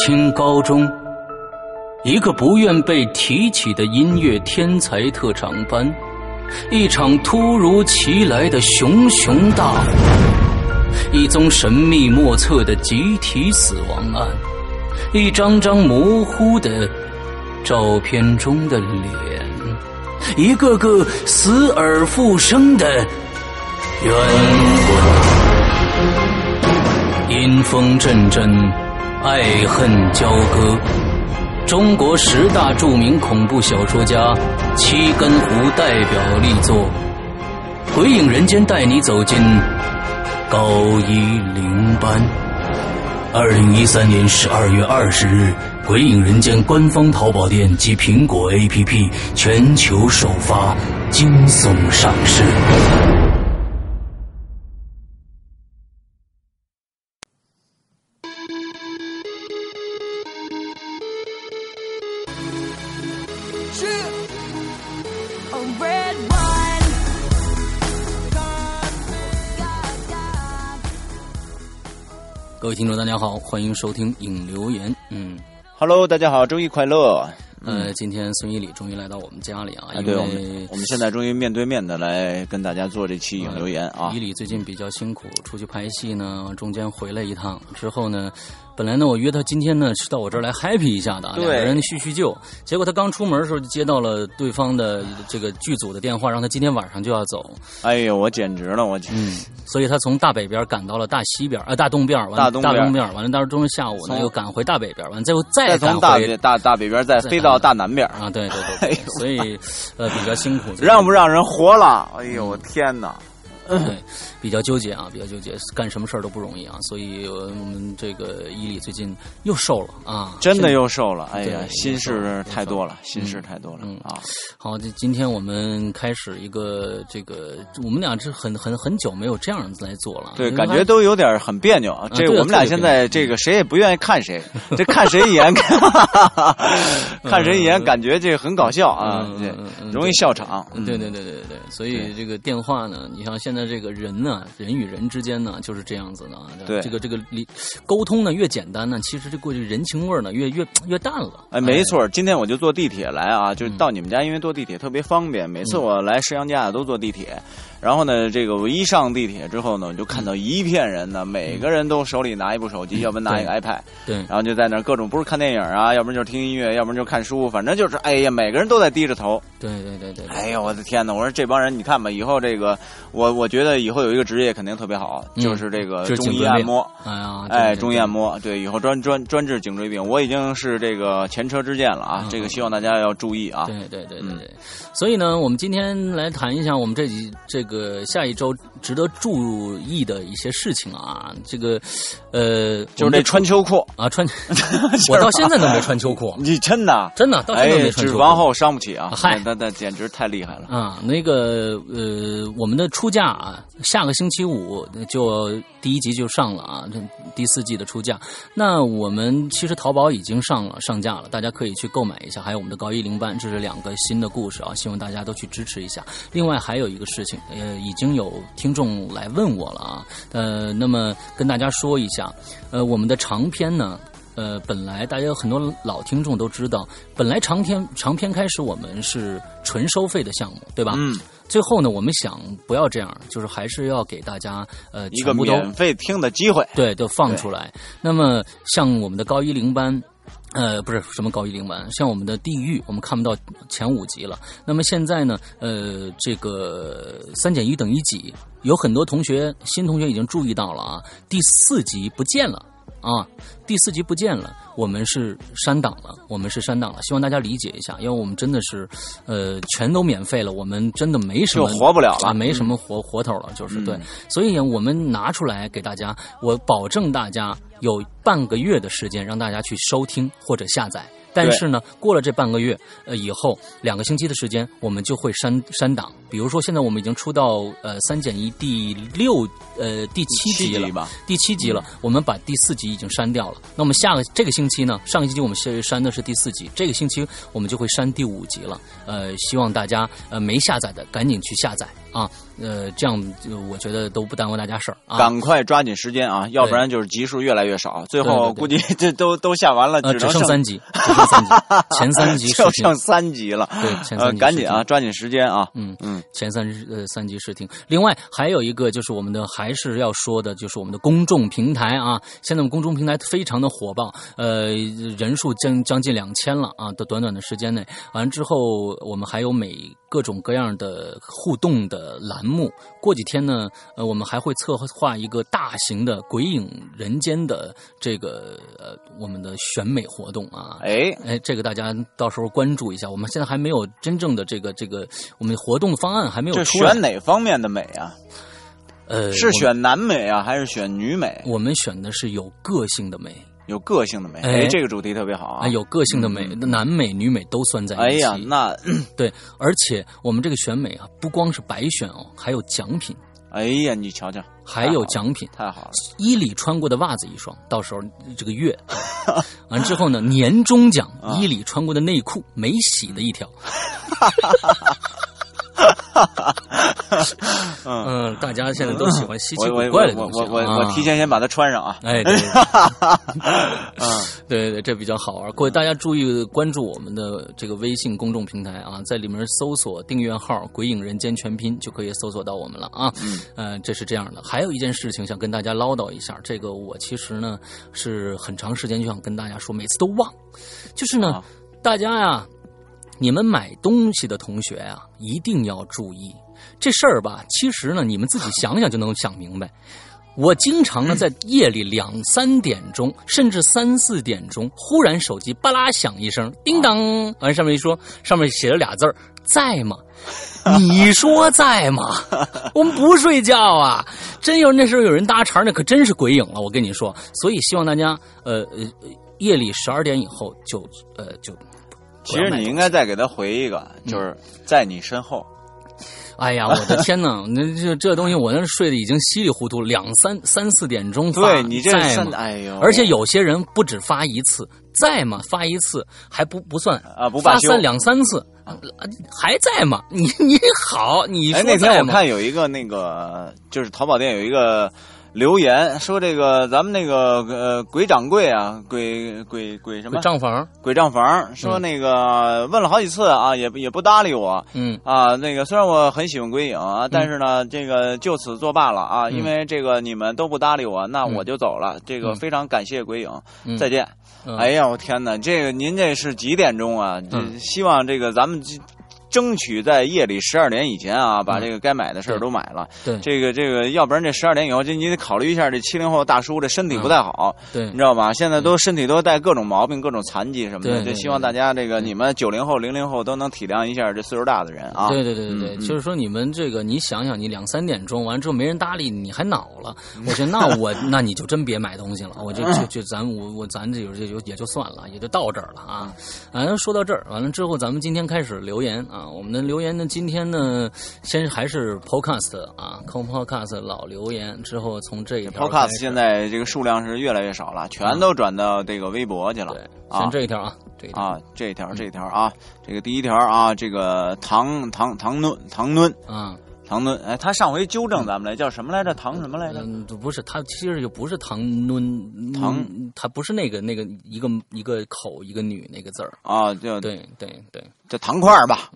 清高中，一个不愿被提起的音乐天才特长班，一场突如其来的熊熊大火，一宗神秘莫测的集体死亡案，一张张模糊的照片中的脸，一个个死而复生的冤魂，阴风阵阵，爱恨交割。中国10大著名恐怖小说家七根胡代表力作《鬼影人间》，带你走进高108班。2013年12月20日，《鬼影人间》官方淘宝店及苹果 APP 全球首发惊悚上市。各位听众大家好，欢迎收听影留言。 Hello， 大家好，周一快乐。 今天孙一礼终于来到我们家里啊， 对，我们现在终于面对面的来跟大家做这期影留言啊。 一礼最近比较辛苦，出去拍戏呢，中间回来一趟之后呢，本来呢我约他今天呢是到我这儿来 happy 一下的，两个人叙叙旧。结果他刚出门的时候就接到了对方的这个剧组的电话，让他今天晚上就要走。 哎呦，我简直了， 所以他从大北边赶到了大西边，大东边，完了大东边，完了到中午下午呢又赶回大北边，完了再从大北边再飞到大南边啊，对，所以比较辛苦。 让不让人活了？哎呦，我天哪！ 对，比较纠结啊，干什么事儿都不容易啊，所以我们这个伊利最近又瘦了啊， 真的又瘦了，哎呀，心事太多了啊！ 好，今天我们开始一个这个，我们俩是很久没有这样子来做了， 对，感觉都有点很别扭啊。这我们俩现在这个谁也不愿意看谁，这看谁一眼，看谁一眼，感觉这个很搞笑啊，容易笑场。 对，所以这个电话呢，你像现在这个人呢，人与人之间呢就是这样子的。 对， 这个沟通呢越简单呢，其实这过去人情味呢越淡了。 哎，没错，今天我就坐地铁来啊，就到你们家，因为坐地铁特别方便。每次我来石阳家都坐地铁，然后呢，这个我一上地铁之后呢，我就看到一片人呢，每个人都手里拿一部手机，要不然拿一个 iPad， 对， 然后就在那儿各种，不是看电影啊，要不然就是听音乐，要不然就是看书，反正就是哎呀，每个人都在低着头。 对。 哎呀，我的天哪！我说这帮人，你看吧，以后这个我觉得以后有一个职业肯定特别好，就是这个中医按摩。哎，中医按摩，对，以后专治颈椎病。我已经是这个前车之鉴了啊，这个希望大家要注意啊。 对。所以呢，我们今天来谈一下我们这个下一周值得注意的一些事情啊。这个就是这穿秋裤啊，我到现在都没穿秋裤。 你真的到现在都没穿秋裤。 指王后伤不起啊！ 嗨， 那简直太厉害了啊！那个我们的出价啊，下个星期五就第1集就上了啊，第4季的出价。那我们其实淘宝已经上架了，大家可以去购买一下。还有我们的高108班，这是2个新的故事啊，希望大家都去支持一下。另外还有一个事情，已经有听众来问我了啊，那么跟大家说一下，我们的长篇呢。本来大家有很多老听众都知道，本来长篇开始我们是纯收费的项目，对吧？最后呢，我们想不要这样，就是还是要给大家一个免费听的机会， 对，都放出来。那么像我们的高108班。不是什么高108班，像我们的地狱，我们看不到前5集了。那么现在呢，这个3减1等于几？有很多新同学已经注意到了啊，第4集不见了。第4集不见了，我们是删档了，希望大家理解一下，因为我们真的是全都免费了，我们真的没什么就活不了了， 没什么活头了，就是对，所以我们拿出来给大家，我保证大家有半个月的时间让大家去收听或者下载。但是呢，过了这半个月以后2个星期的时间，我们就会删档。比如说，现在我们已经出到3减1第7集了，第7集了，我们把第4集已经删掉了。那我们这个星期呢，上个星期我们删的是第4集，这个星期我们就会删第5集了。希望大家没下载的赶紧去下载啊。这样我觉得都不耽误大家事儿啊， 赶快抓紧时间啊，要不然就是集数越来越少，最后估计这都下完了， 只剩3集，前3集就剩3集了。 对，前3集赶紧啊，抓紧时间啊。 前3集试听。另外还有一个就是我们的还是要说的，就是我们的公众平台啊，现在我们公众平台非常的火爆，人数将近2000了啊，短短的时间内。完之后，我们还有各种各样的互动的栏目。过几天呢，我们还会策划一个大型的鬼影人间的这个我们的选美活动啊。这个大家到时候关注一下。我们现在还没有真正的这个我们活动方案还没有出来。 这选哪方面的美啊？是选男美啊，还是选女美？ 我们选的是有个性的美。 有个性的美，这个主题特别好啊！ 有个性的美，男美女美都算在一起。 那对，而且我们这个选美啊，不光是白选哦，还有奖品。 你瞧瞧， 还有奖品， 太好了！ 伊里穿过的袜子1双，到时候这个月完之后呢，年终奖伊里穿过的内裤没洗的1条。大家现在都喜欢稀奇古怪的东西。 我提前先把它穿上啊！ 对，这比较好玩。各位大家注意关注我们的这个微信公众平台啊，在里面搜索订阅号“鬼影人间”全拼就可以搜索到我们了啊。这是这样的。还有一件事情想跟大家唠叨一下，这个我其实呢是很长时间就想跟大家说，每次都忘，就是呢，大家呀。你们买东西的同学啊，一定要注意这事儿吧。其实呢，你们自己想想就能想明白。我经常呢在夜里2、3点钟，甚至3、4点钟，忽然手机巴拉响一声，叮当，完上面一说，上面写了俩字儿，在吗？你说在吗？我们不睡觉啊！真有那时候有人搭茬，那可真是鬼影了，我跟你说。所以希望大家夜里12点以后就。 其实你应该再给他回一个，就是在你身后。 哎呀，我的天哪！那这东西我那睡得已经稀里糊涂，3、4点钟发， 对你这在吗？ 哎呦！ 而且有些人不止发1次，在吗？发1次还不算啊，不发2、3次，还在吗？你好，你说在吗？ 那天我看有一个就是淘宝店有一个。留言说这个咱们那个鬼掌柜啊，鬼什么鬼账房说那个问了好几次啊，也不搭理我。那个虽然我很喜欢鬼影啊，但是呢这个就此作罢了啊，因为这个你们都不搭理我，那我就走了。这个非常感谢鬼影，再见。哎呀，我天哪，这个您这是几点钟啊？希望这个咱们争取在夜里12点以前啊，把这个该买的事儿都买了。 对， 这个，要不然这12点以后，你得考虑一下这70后大叔这身体不太好。 对， 你知道吧？现在都身体都带各种毛病、各种残疾什么的。就希望大家这个你们90后、00后都能体谅一下这岁数大的人啊。 对，就是说你们这个，你想想，你2、3点钟完之后没人搭理你，还恼了。我觉得那你就真别买东西了。我就咱这也就算了，也就到这儿了啊。说到这儿，完了之后，咱们今天开始留言啊。我们的留言呢，今天呢，先还是 Podcast 啊 ，Podcast 老留言之后，从这一条 Podcast 现在这个数量是越来越少了，全都转到这个微博去了。 对，先这一条啊， 这一条啊，这个第一条啊，这个唐nun啊。唐nun，哎，他上回纠正咱们来，叫什么来着？唐什么来着？ 不是，他其实就不是唐nun，他不是那个一个口一个女那个字儿啊，就对， 叫糖块吧。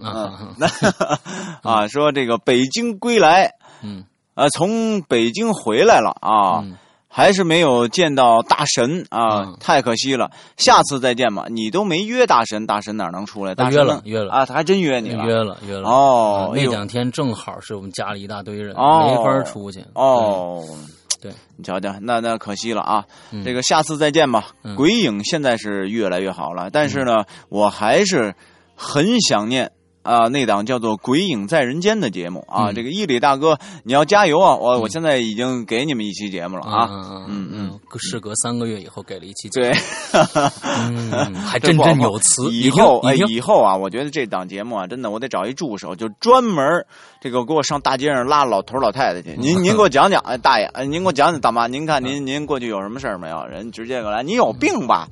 说这个北京归来，从北京回来了啊。还是没有见到大神啊，太可惜了。下次再见吧。你都没约大神，大神哪能出来？大神约了啊，他还真约你了。 约了。 哦， 那2天正好是我们家里一大堆人，没法出去。 哦， 对， 你瞧瞧，那可惜了啊。这个下次再见吧。鬼影现在是越来越好了，但是呢，我还是很想念。那档叫做《鬼影在人间》的节目啊，这个伊里大哥，你要加油啊！我现在已经给你们一期节目了啊， 事隔3个月以后给了一期节目， 对， 还真有词。 以后啊，我觉得这档节目啊，真的我得找一助手，就专门这个给我上大街上拉老头老太太去。您给我讲讲，哎，大爷，您给我讲讲，大妈，您看您过去有什么事儿没有？人直接过来，你有病吧？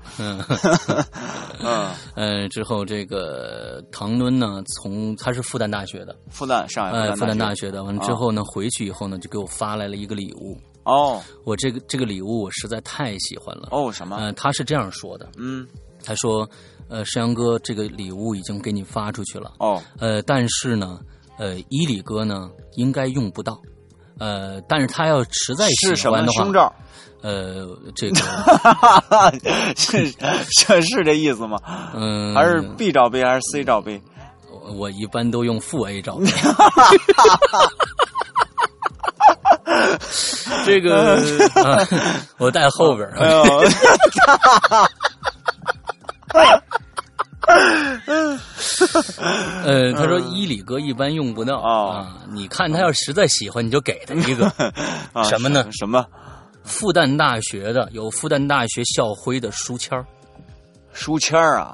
之后这个唐伦呢。他是复旦大学的， 上海复旦大学的。完了之后呢，回去以后呢，就给我发来了一个礼物。 哦， 我这个礼物我实在太喜欢了。 哦，什么？ 他是这样说的。他说，山羊哥，这个礼物已经给你发出去了。 哦， 但是呢，伊里哥呢应该用不到。但是他要实在喜欢的话， 胸罩。 这个是这意思吗？还是 B 罩杯还是 C 罩杯？ 我一般都用负 A 罩杯。这个、我带后边。他说伊里哥一般用不到你看他要实在喜欢，你就给他一个什么呢？ 什么？ 复旦大学的有复旦大学校徽的书签书签啊？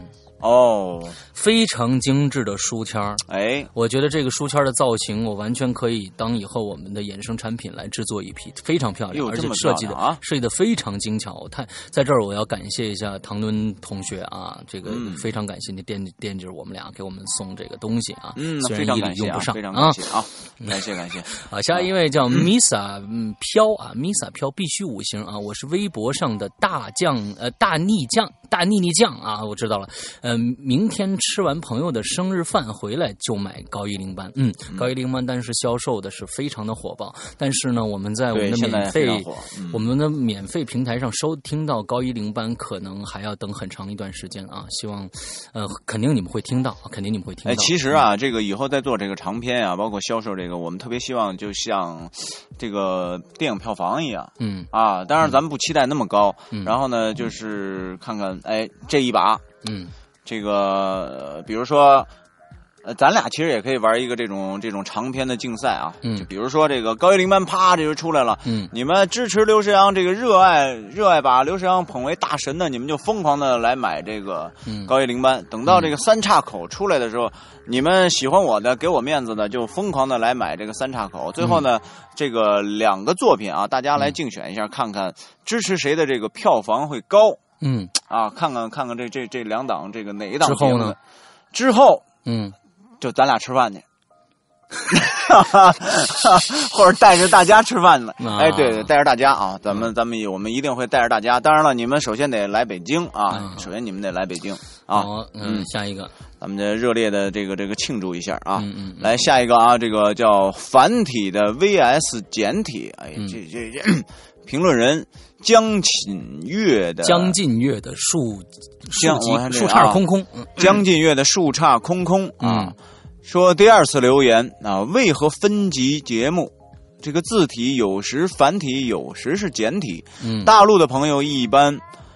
非常精致的书签。我觉得这个书签的造型，我完全可以当以后我们的衍生产品来制作一批，非常漂亮，而且设计的非常精巧。在这儿我要感谢一下唐敦同学啊，这个非常感谢你惦记着我们俩给我们送这个东西啊。虽然伊里用不上， 非常感谢啊，感谢。 下一位叫 Misa 飘啊 ，Misa 飘必须5星啊！我是微博上的大逆酱啊，我知道了。明天吃完朋友的生日饭回来就买高108班。高108班但是销售的是非常的火爆，但是呢，我们在我们的免费平台上听到高108班可能还要等很长一段时间啊。希望肯定你们会听到， 其实啊，这个以后再做这个长篇啊，包括销售这个，我们特别希望就像这个电影票房一样。当然咱们不期待那么高。然后呢，就是看看这一把。这个比如说咱俩其实也可以玩一个这种长篇的竞赛啊。就比如说这个高108班啪这就出来了。你们支持刘诗阳这个热爱把刘诗阳捧为大神的，你们就疯狂的来买这个高108班。等到这个三岔口出来的时候，你们喜欢我的给我面子的就疯狂的来买这个三岔口。最后呢，这个2个作品啊，大家来竞选一下，看看支持谁的这个票房会高。看看这2档这个哪一档之后呢？ 之后就咱俩吃饭去。或者带着大家吃饭了。对，带着大家啊，我们一定会带着大家。当然了，你们首先得来北京啊，首先你们得来北京啊。 下一个， 咱们的热烈的这个庆祝一下啊。来下一个啊，这个叫繁体的 VS 简体。这评论人江锦月的树杈空空，江锦月的树杈空空啊。说第2次留言啊，为何分级节目？这个字体有时繁体，有时是简体。大陆的朋友一般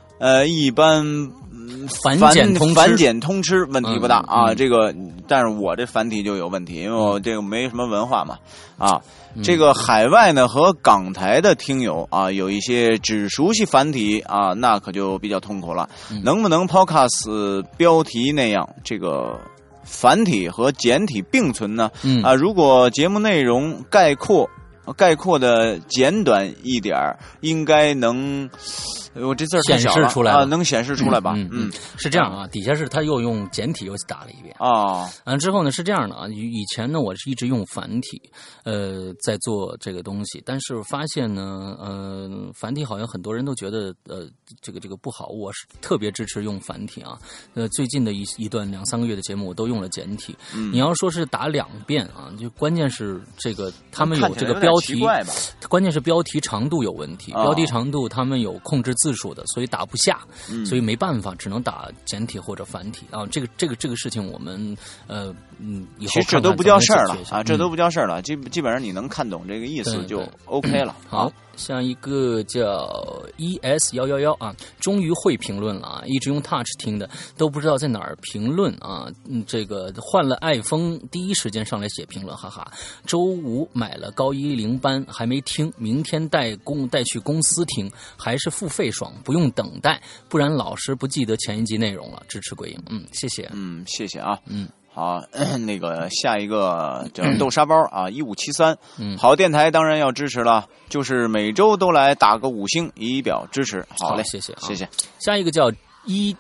繁简通吃问题不大啊。这个，但是我这繁体就有问题，因为我这个没什么文化嘛啊。这个海外呢和港台的听友啊，有一些只熟悉繁体啊，那可就比较痛苦了。能不能 Podcast 标题那样这个繁体和简体并存呢？如果节目内容概括的简短一点，应该能。我这字太小了， 显示出来啊， 能显示出来吧？ 是这样啊，底下是他又用简体又打了一遍啊。 之后呢是这样的啊，以前呢我是一直用繁体，在做这个东西，但是发现呢，繁体好像很多人都觉得这个不好，我是特别支持用繁体啊。最近的一段2-3个月的节目我都用了简体。你要说是打2遍啊，就关键是这个他们有这个标题，关键是标题长度有问题，标题长度他们有控制字数的，所以打不下，所以没办法，只能打简体或者繁体啊。这个事情我们以后其实这都不叫事儿了啊，这都不叫事儿了，基本上你能看懂这个意思就 OK 了。 好，下一个叫 ES111啊，终于会评论了啊，一直用 Touch 听的都不知道在哪儿评论啊。这个换了iPhone第一时间上来写评论，哈哈。周5买了高108班还没听，明天带去公司听，还是付费爽，不用等待，不然老师不记得前一集内容了。支持鬼影，谢谢。 谢谢啊。好，那个下一个叫豆沙包啊，1573。好电台当然要支持了，就是每周都来打个5星以表支持。好嘞， 谢谢。 下一个叫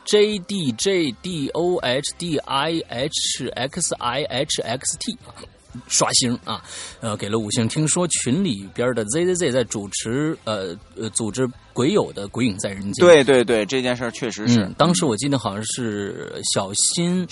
EJDJDOHDIHXIHXT 刷星啊，给了5星。听说群里边的 ZZZ 在主持组织鬼友的鬼影在人间。 对对对，这件事确实是。 当时我记得好像是小新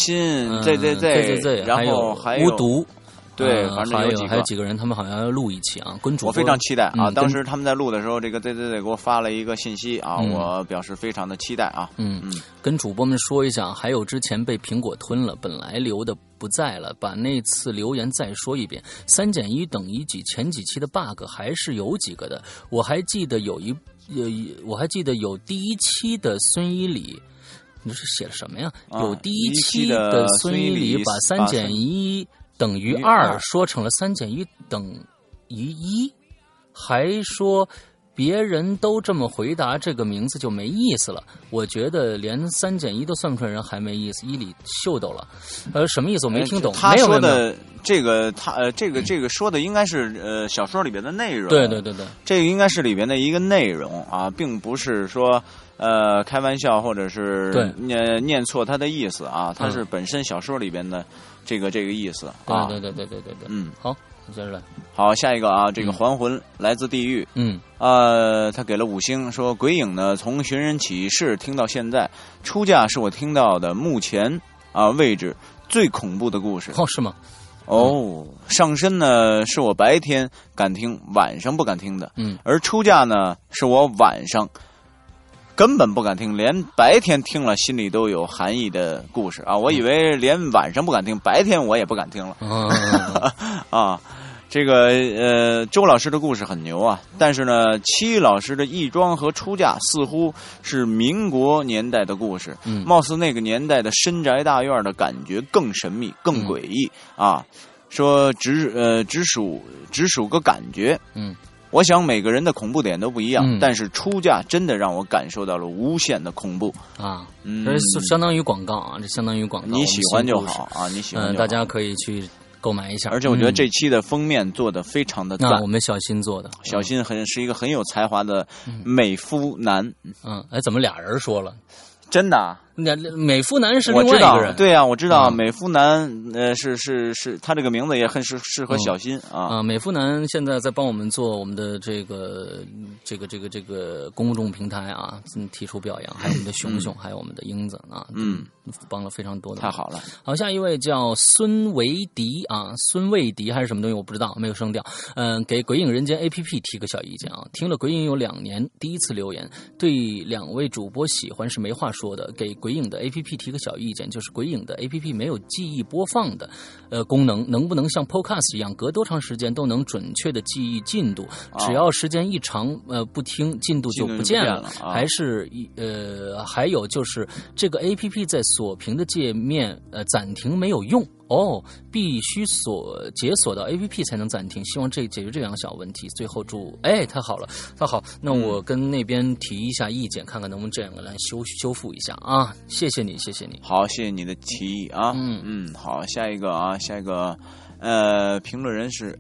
ZZZ， 然后还有无毒。 对，反正还有几个人，他们好像要录一期啊，跟主播我非常期待啊！当时他们在录的时候，这个 ZZZ 给我发了一个信息啊，我表示非常的期待啊。 跟主播们说一下，还有之前被苹果吞了，本来留的不在了，把那次留言再说一遍。3减1等于几？前几期的 bug 还是有几个的，我还记得有第一期的孙一礼。你这是写了什么呀？有第一期的孙一礼把3减1等于2说成了3减1等于1，还说别人都这么回答，这个名字就没意思了。我觉得连3减1都算不出来人还没意思，伊里秀逗了。什么意思？我没听懂。 他说的这个，这个说的应该是小说里边的内容。 对， 这个应该是里边的一个内容啊，并不是说开玩笑或者是念错他的意思啊，他是本身小说里边的这个意思啊。 对，好。接着来， 好，下一个啊，这个还魂来自地狱，他给了5星，说鬼影呢，从寻人启事听到现在，出嫁是我听到的目前位置最恐怖的故事。 是吗？ 上身呢是我白天敢听，晚上不敢听的，而出嫁呢是我晚上根本不敢听，连白天听了心里都有寒意的故事啊！我以为连晚上不敢听，白天我也不敢听了。啊，这个周老师的故事很牛啊，但是呢，戚老师的义庄和出嫁似乎是民国年代的故事，貌似那个年代的深宅大院的感觉更神秘、更诡异啊。说只属个感觉，我想每个人的恐怖点都不一样，但是出嫁真的让我感受到了无限的恐怖啊！这相当于广告啊，这相当于广告。 你喜欢就好啊，你喜欢就好。 大家可以去购买一下。 而且我觉得这期的封面做的非常的赞， 那我们小新做的， 小新是一个很有才华的美夫男。 怎么俩人说了？ 真的啊？ 美夫男是另外一个人， 对啊，我知道美夫男，是他这个名字也很适合小新啊。 美夫男现在在帮我们做我们的这个公众平台啊，提出表扬，还有我们的熊熊，还有我们的英子啊，帮了非常多的， 太好了。 好，下一位叫孙维迪啊，孙卫迪还是什么东西我不知道，没有声调。给鬼影人间 APP 提个小意见啊，听了鬼影有2年，第一次留言，对2位主播喜欢是没话说的，给鬼影的 APP 提个小意见，就是鬼影的 APP 没有记忆播放的功能，能不能像 Podcast 一样，隔多长时间都能准确的记忆进度？只要时间一长，不听进度就不见了。还有就是这个 APP 在锁屏的界面暂停没有用。必须解锁到 APP 才能暂停，希望解决这2个小问题。最后祝太好了，太好，那我跟那边提一下意见，看看能不能这样来修复一下啊！谢谢你，谢谢你。 好，谢谢你的提议啊。好，下一个啊，评论人是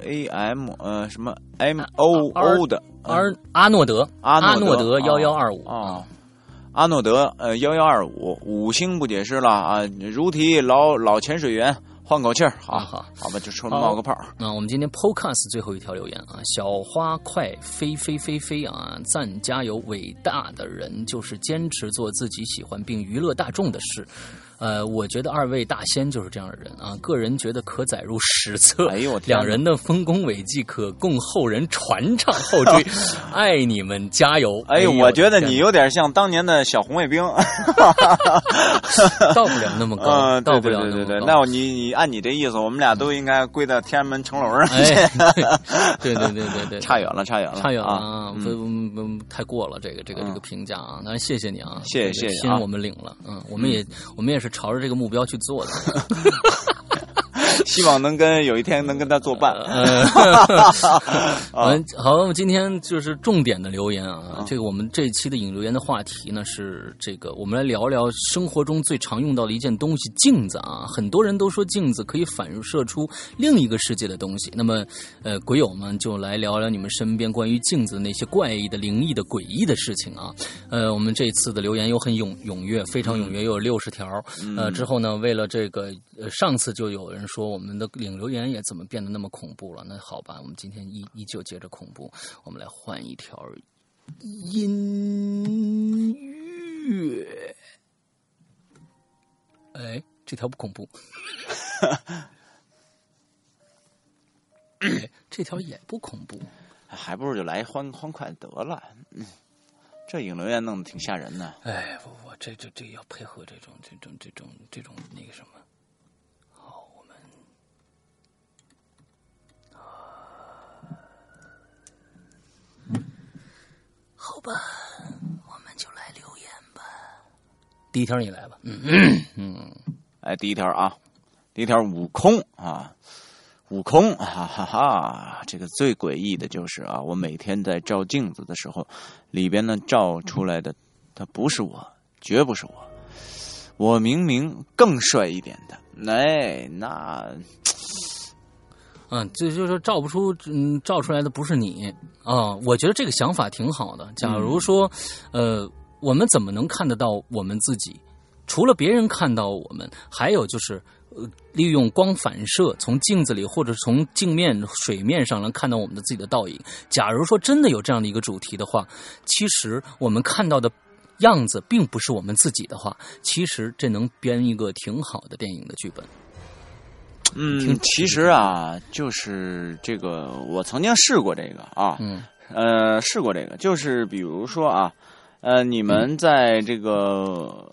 AM 什么 MOO 的阿诺德1125 啊。阿诺德1125 5星不解释了啊，如题老潜水员换口气儿，好吧，就说冒个泡。 那我们今天 Podcast 最后一条留言啊，小花快飞啊，赞加油！伟大的人就是坚持做自己喜欢并娱乐大众的事。我觉得2位大仙就是这样的人啊，个人觉得可载入史册。 哎呦， 两人的丰功伟绩可供后人传唱后追。爱你们，加油！ 哎呦，我觉得你有点像当年的小红卫兵， 到不了那么高，到不了那么高。 对，那你按你这意思，我们俩都应该归到天安门城楼上去。对， 差远了啊！太过了，这个评价啊，那谢谢你啊， 谢谢， 心我们领了，我们也是朝着这个目标去做的。 希望有一天能跟他作伴。 我们今天就是重点的留言啊。这个我们这一期的引留言的话题呢是这个，我们来聊聊生活中最常用到的一件东西——镜子啊。很多人都说镜子可以反射出另一个世界的东西。那么，鬼友们就来聊聊你们身边关于镜子那些怪异的、灵异的、诡异的事情啊。我们这次的留言又很踊跃，非常踊跃，又有60条。之后呢，为了这个，上次就有人说说我们的领留言也怎么变得那么恐怖了？那好吧，我们今天依旧接着恐怖，我们来换一条音乐。哎，这条不恐怖。哎，这条也不恐怖， 还不如就来欢快得了。这引流言弄得挺吓人的。 哎，不，这要配合这种那个什么。好，我们好吧，我们就来留言吧。第一条你来吧。 哎，第一条悟空啊。悟空，哈哈哈！这个最诡异的就是啊，我每天在照镜子的时候，里边呢照出来的，它不是我，绝不是我，我明明更帅一点的，哎，那， 这就是说照出来的不是你啊。我觉得这个想法挺好的。假如说，我们怎么能看得到我们自己？除了别人看到我们，还有就是。利用光反射从镜子里或者从镜面水面上能看到我们的自己的倒影。假如说真的有这样的一个主题的话，其实我们看到的样子并不是我们自己的话，其实这能编一个挺好的电影的剧本。 其实啊，就是这个我曾经试过这个啊，试过这个，就是比如说啊，你们在这个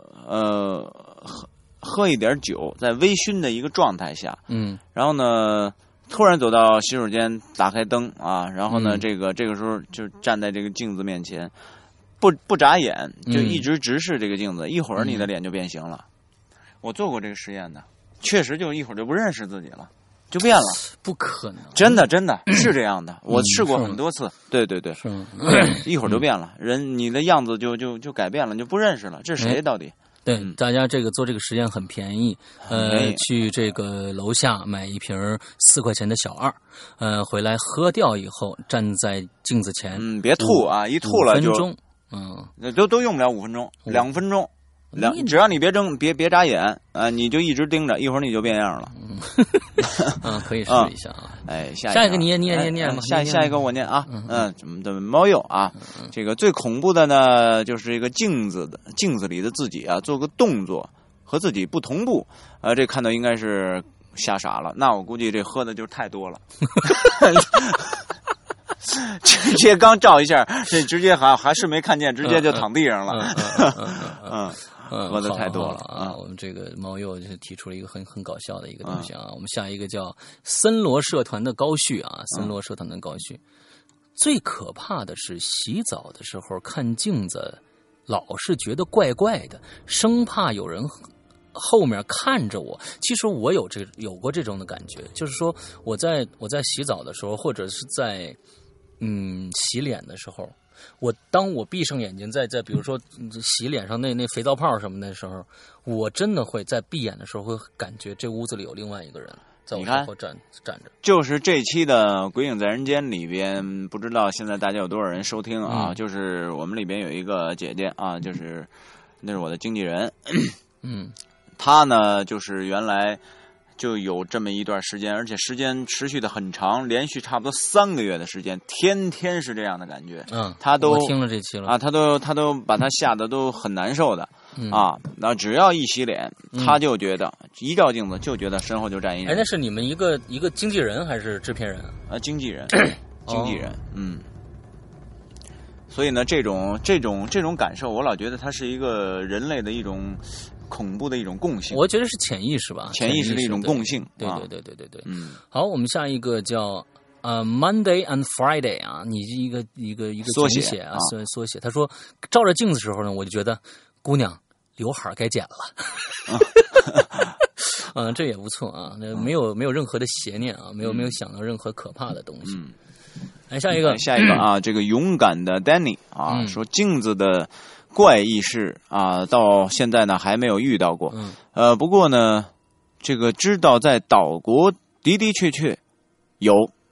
喝一点酒，在微醺的一个状态下，然后呢，突然走到洗手间，打开灯啊，然后呢，这个时候就站在这个镜子面前，不眨眼，就一直直视这个镜子，一会儿你的脸就变形了。我做过这个实验的，确实就一会儿就不认识自己了，就变了。 不可能， 真的是这样的，我试过很多次。对，一会儿就变了，你的样子就改变了，你就不认识了，这是谁到底？ 对，大家这个做这个实验很便宜，去这个楼下买一瓶4块钱的小二，回来喝掉以后，站在镜子前， 别吐啊，一吐了就 5分钟， 都用不了5分钟，2分钟，只要你别眨眼啊，你就一直盯着，一会儿你就变样了。 可以试一下啊。 哎， 下一个你也念吧。 下一个我念啊。怎么的猫鼬啊？这个最恐怖的呢，就是这个镜子里的自己啊，做个动作和自己不同步这看到应该是吓傻了。那我估计这喝的就太多了。直接刚照一下，这直接还是没看见，直接就躺地上了。喝的太多了啊！我们这个猫鼬就提出了一个很搞笑的一个东西啊。我们下一个叫森罗社团的高旭啊，森罗社团的高旭。最可怕的是洗澡的时候看镜子，老是觉得怪怪的，生怕有人后面看着我。其实我有过这种的感觉，就是说我在洗澡的时候，或者是在洗脸的时候。当我闭上眼睛，在比如说洗脸上那肥皂泡什么的时候，我真的会在闭眼的时候会感觉这屋子里有另外一个人在我身后站着。 就是这期的《鬼影在人间》里边，不知道现在大家有多少人收听啊？就是我们里边有一个姐姐啊，那是我的经纪人，她呢就是原来。就有这么一段时间，而且时间持续的很长，连续差不多3个月的时间，天天是这样的感觉。他都我听了这期了啊， 他都把他吓得都很难受的啊。然后只要一洗脸，他就觉得一照镜子就觉得身后就站一人。 那是你们一个经纪人还是制片人啊？经纪人，所以呢，这种感受，我老觉得它是一个人类的一种。恐怖的一种共性， 我觉得是潜意识吧， 潜意识的一种共性。 对。好，我们下一个叫Monday and Friday 啊，你一个缩写啊，缩写。他说照着镜子的时候呢，我就觉得姑娘刘海该剪了。这也不错啊，没有任何的邪念啊，没有想到任何可怕的东西。来下一个啊，这个勇敢的 Danny 啊，说镜子的。怪异事啊，到现在呢还没有遇到过。不过呢，这个知道在岛国的确有啊，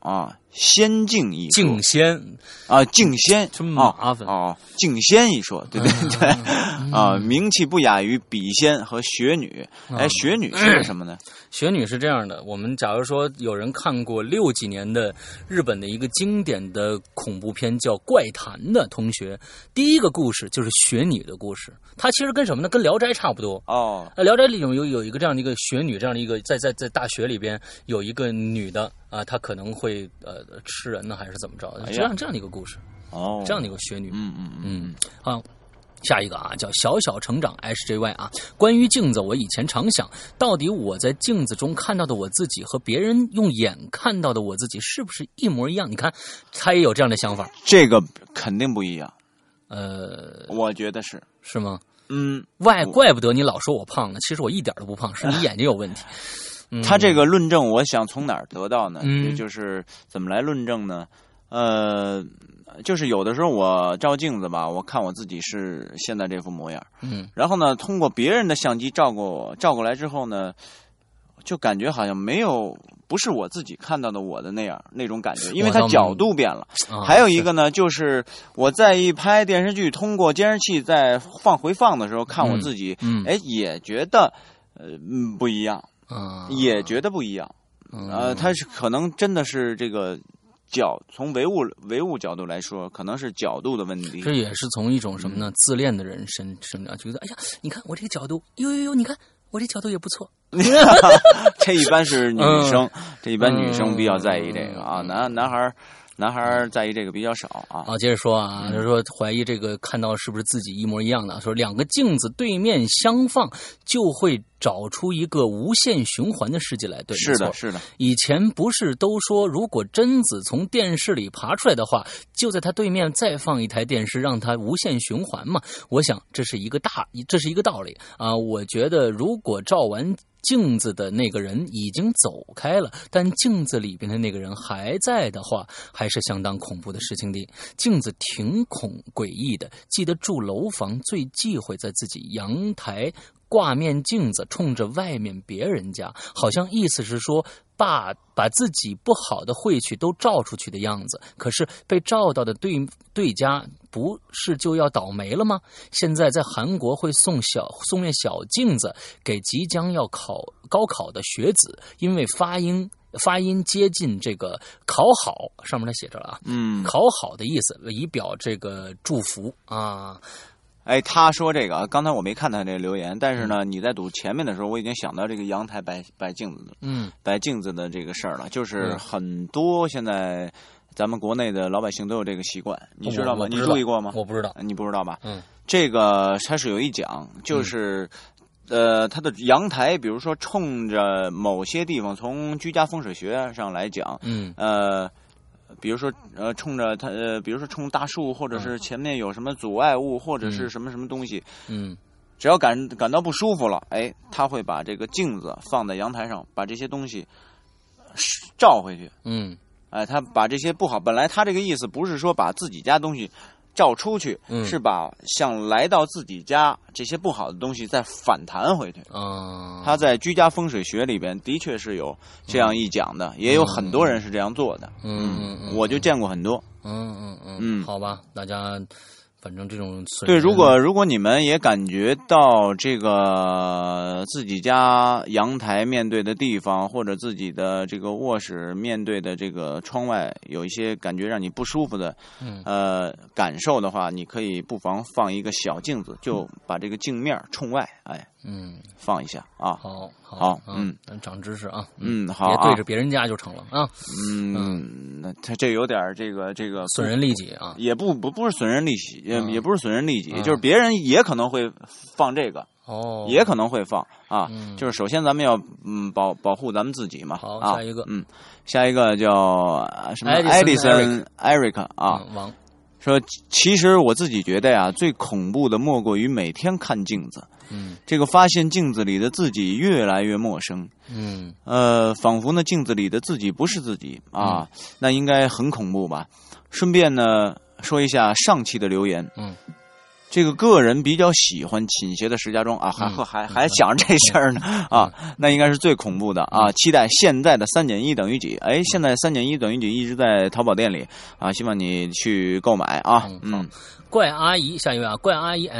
仙境一说， 净仙啊，净仙真麻烦哦，净仙一说，对对对，啊，名气不亚于笔仙和雪女。哎，雪女是什么呢？ 雪女是这样的，我们假如说有人看过60几年的日本的一个经典的恐怖片叫《怪谈》的同学，第一个故事就是雪女的故事。它其实跟什么呢？跟《聊斋》差不多哦。 聊斋》里有一个这样的一个雪女，这样的一个在大学里边有一个女的啊，她可能会吃人呢，还是怎么着？这样的一个故事哦， 这样的一个雪女。好。下一个啊，叫小小成长 HJY 啊。关于镜子，我以前常想，到底我在镜子中看到的我自己和别人用眼看到的我自己是不是一模一样？你看，他也有这样的想法。 这个肯定不一样。我觉得是吗？ 怪不得你老说我胖呢，其实我一点都不胖，是你眼睛有问题。 他这个论证，我想从哪儿得到呢？也就是怎么来论证呢？就是有的时候我照镜子吧，我看我自己是现在这副模样，然后呢，通过别人的相机照过来之后呢，就感觉好像不是我自己看到的我的那种感觉，因为它角度变了。还有一个呢，就是我在一拍电视剧，通过监视器在回放的时候看我自己，也觉得不一样，也觉得不一样，它是可能真的是这个。从唯物角度来说，可能是角度的问题。 这也是从一种什么呢？自恋的人身上觉得，哎呀，你看我这个角度，呦，你看我这角度也不错。 这一般是女生，这一般女生比较在意这个啊，男孩在意这个比较少啊。 接着说啊，他说怀疑这个看到是不是自己一模一样的，说两个镜子对面相放就会找出一个无限循环的世界来。对， 是的。 以前不是都说，如果贞子从电视里爬出来的话，就在他对面再放一台电视，让它无限循环嘛？我想这是一个道理啊。我觉得如果照完镜子的那个人已经走开了，但镜子里边的那个人还在的话，还是相当恐怖的事情的。镜子挺诡异的，记得住楼房最忌讳在自己阳台挂面镜子冲着外面别人家，好像意思是说把自己不好的晦气都照出去的样子。可是被照到的对家不是就要倒霉了吗？现在在韩国会送面小镜子给即将要高考的学子，因为发音接近这个考好，上面他写着了啊，考好的意思，以表这个祝福啊。 哎，他说这个，刚才我没看他这个留言，但是呢，你在读前面的时候，我已经想到这个阳台摆镜子的，摆镜子的这个事儿了。就是很多现在咱们国内的老百姓都有这个习惯，你知道吗？你注意过吗？ 我不知道， 你不知道吧？这个它是有一讲，就是它的阳台，比如说冲着某些地方，从居家风水学上来讲，比如说冲着它比如说冲大树，或者是前面有什么阻碍物，或者是什么东西，只要感到不舒服了，哎，他会把这个镜子放在阳台上，把这些东西照回去。哎，他把这些不好，本来他这个意思不是说把自己家东西照出去，是把像来到自己家这些不好的东西再反弹回去。他在居家风水学里边的确是有这样一讲的，也有很多人是这样做的。我就见过很多。 好吧，大家反正这种对，如果你们也感觉到这个自己家阳台面对的地方，或者自己的这个卧室面对的这个窗外有一些感觉让你不舒服的感受的话，你可以不妨放一个小镜子，就把这个镜面冲外，哎，放一下啊。好， 长知识啊。 好， 别对着别人家就成了啊。 那他这有点这个损人利己啊， 也不是损人利己，也不是损人利己，就是别人也可能会放这个。也可能会放啊。就是首先咱们要保护咱们自己嘛。 好，下一个， 下一个叫什么？Edison Eric 啊。 王说，其实我自己觉得呀，最恐怖的莫过于每天看镜子。这个发现镜子里的自己越来越陌生。仿佛呢镜子里的自己不是自己啊，那应该很恐怖吧？顺便呢说一下上期的留言。 这个个人比较喜欢倾斜的石家庄啊，还想着这事儿呢啊，那应该是最恐怖的啊！期待现在的3减1等于几？哎，现在3减1等于几一直在淘宝店里啊，希望你去购买啊。 怪阿姨，下一位啊，怪阿姨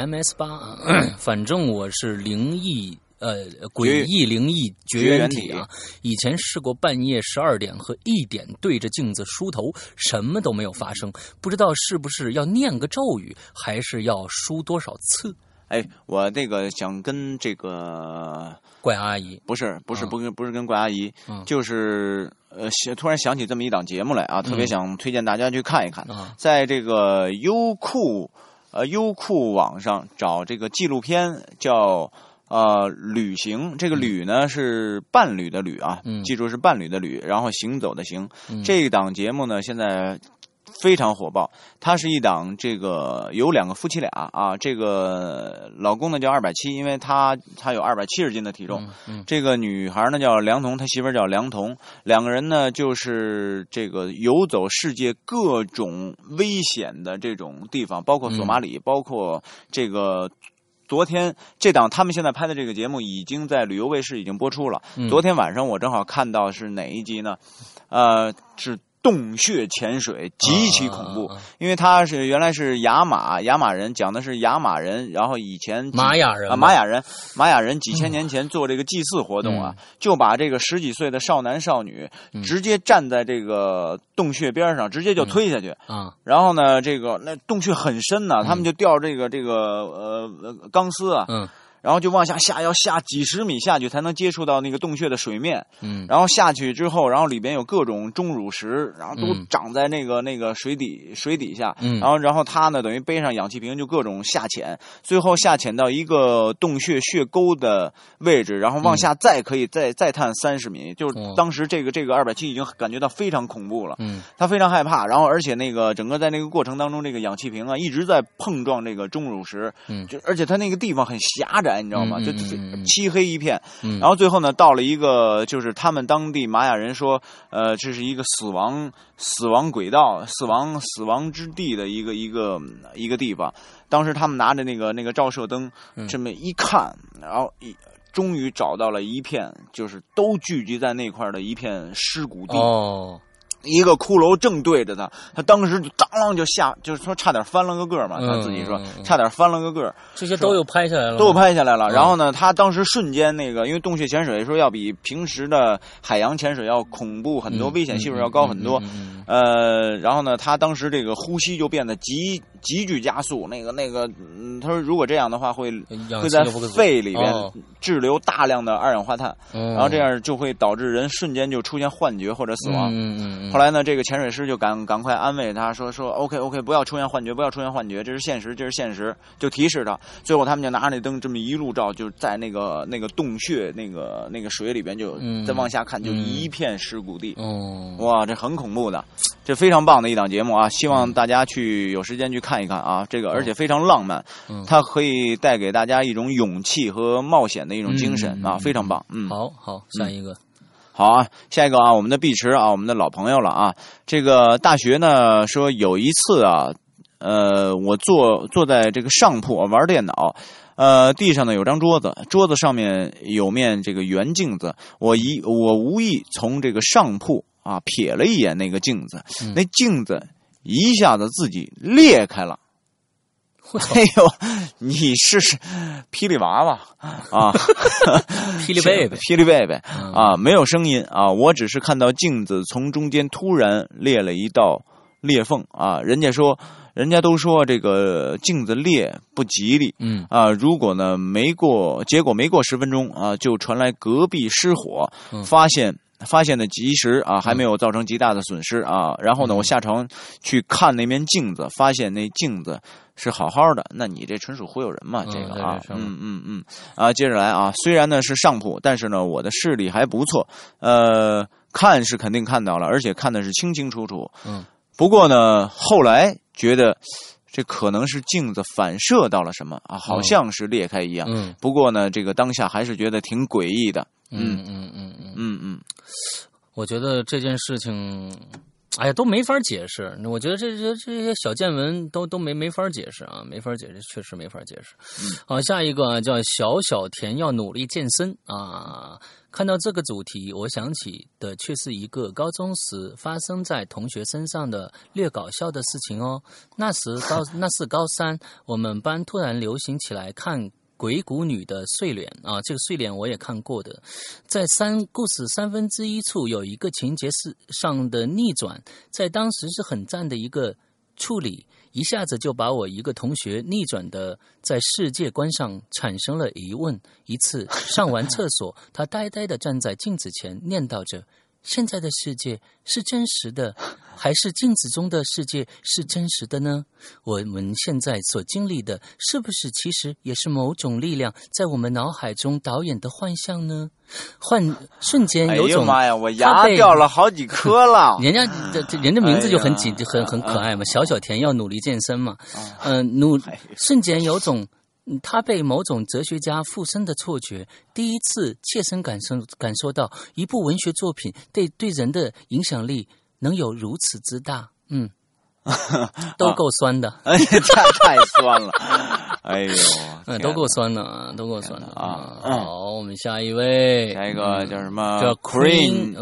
MS8，反正我是灵异。诡异灵异绝缘体啊！以前试过半夜12点和1点对着镜子梳头，什么都没有发生，不知道是不是要念个咒语，还是要梳多少次？ 哎，我这个想跟这个怪阿姨不是跟怪阿姨，就是突然想起这么一档节目来啊，特别想推荐大家去看一看，在这个优酷网上找这个纪录片叫。旅行，这个旅呢是伴侣的旅啊，记住是伴侣的旅，然后行走的行。这一档节目呢现在非常火爆，它是一档这个有2个夫妻俩啊，这个老公呢叫270，因为他有270斤的体重，这个女孩呢叫梁彤，他媳妇儿叫梁彤，两个人呢就是这个游走世界各种危险的这种地方，包括索马里，包括这个。昨天这档他们现在拍的这个节目已经在旅游卫视已经播出了。昨天晚上我正好看到是哪一集呢？是洞穴潜水，极其恐怖。因为他是原来是雅马人，讲的是雅马人，然后以前玛雅人几千年前做这个祭祀活动啊，就把这个10几岁的少男少女直接站在这个洞穴边上，直接就推下去然后呢，这个那洞穴很深呢，他们就吊这个钢丝啊。然后就往下要下几十米下去才能接触到那个洞穴的水面，然后下去之后，然后里边有各种钟乳石，然后都长在那个水底下，然后他呢等于背上氧气瓶就各种下潜，最后下潜到一个洞穴穴沟的位置，然后往下可以再探30米，就是当时这个270已经感觉到非常恐怖了，他非常害怕，然后而且那个整个在那个过程当中，这个氧气瓶啊一直在碰撞这个钟乳石，就而且他那个地方很狭窄。你知道吗？就漆黑一片，然后最后呢，到了一个就是他们当地玛雅人说，这是一个死亡轨道、死亡之地的一个地方。当时他们拿着那个照射灯，这么一看，然后终于找到了一片，就是都聚集在那块的一片尸骨地。一个骷髅正对着他当时就当啷就就是说差点翻了个个嘛，他自己说差点翻了个个。 这些都有拍下来了， 然后呢，他当时瞬间那个，因为洞穴潜水说要比平时的海洋潜水要恐怖很多，危险系数要高很多。然后呢，他当时这个呼吸就变得急剧加速。他说如果这样的话会在肺里边滞留大量的二氧化碳，然后这样就会导致人瞬间就出现幻觉或者死亡。后来呢，这个潜水师就赶快安慰他说 OK 不要出现幻觉，这是现实，就提示他。最后他们就拿着那灯这么一路照，就在那个洞穴那个水里边就再往下看，就一片尸骨地。哇，这很恐怖的，这非常棒的一档节目啊！希望大家有时间去看一看啊，这个而且非常浪漫，它可以带给大家一种勇气和冒险的一种精神啊，非常棒。 好，下一个。 好啊，下一个啊，我们的碧池啊，我们的老朋友了啊。这个大学呢说有一次啊，我坐在这个上铺玩电脑，地上呢有张桌子上面有面这个圆镜子，我无意从这个上铺啊瞥了一眼那个镜子，那镜子一下子自己裂开了。哎呦，你是霹雳娃娃啊， 霹雳贝贝啊，没有声音啊，我只是看到镜子从中间突然裂了一道裂缝啊。人家都说这个镜子裂不吉利，如果呢结果没过10分钟啊，就传来隔壁失火，发现的及时啊，还没有造成极大的损失啊。然后呢，我下床去看那面镜子，发现那镜子是好好的。那你这纯属忽悠人嘛，这个啊，接着来啊，虽然呢是上铺，但是呢我的视力还不错，看是肯定看到了，而且看的是清清楚楚。不过呢，后来觉得这可能是镜子反射到了什么啊，好像是裂开一样。不过呢，这个当下还是觉得挺诡异的。 我觉得这件事情哎呀，都没法解释。我觉得这些小见闻都没法解释啊，没法解释，确实没法解释。好，下一个叫小田要努力健身啊。看到这个主题，我想起的却是一个高中时发生在同学身上的略搞笑的事情哦。那是高三，我们班突然流行起来看鬼谷女的睡莲啊，这个睡莲我也看过的。在故事1/3处有一个情节上的逆转，在当时是很赞的一个处理，一下子就把我一个同学逆转的在世界观上产生了疑问。一次上完厕所，他呆呆地站在镜子前念叨着，现在的世界是真实的，还是镜子中的世界是真实的呢？我们现在所经历的，是不是其实也是某种力量在我们脑海中导演的幻象呢？瞬间有种，哎呀妈呀，我牙掉了好几颗了。 人家名字就很可爱嘛，小田要努力健身嘛，瞬间有种。他被某种哲学家附身的错觉，第一次切身感受到一部文学作品对人的影响力能有如此之大。都够酸的， 太酸了，哎呦， 都够酸的啊，都够酸的啊。好，我们下一位， 下一个叫什么？ 叫 Queen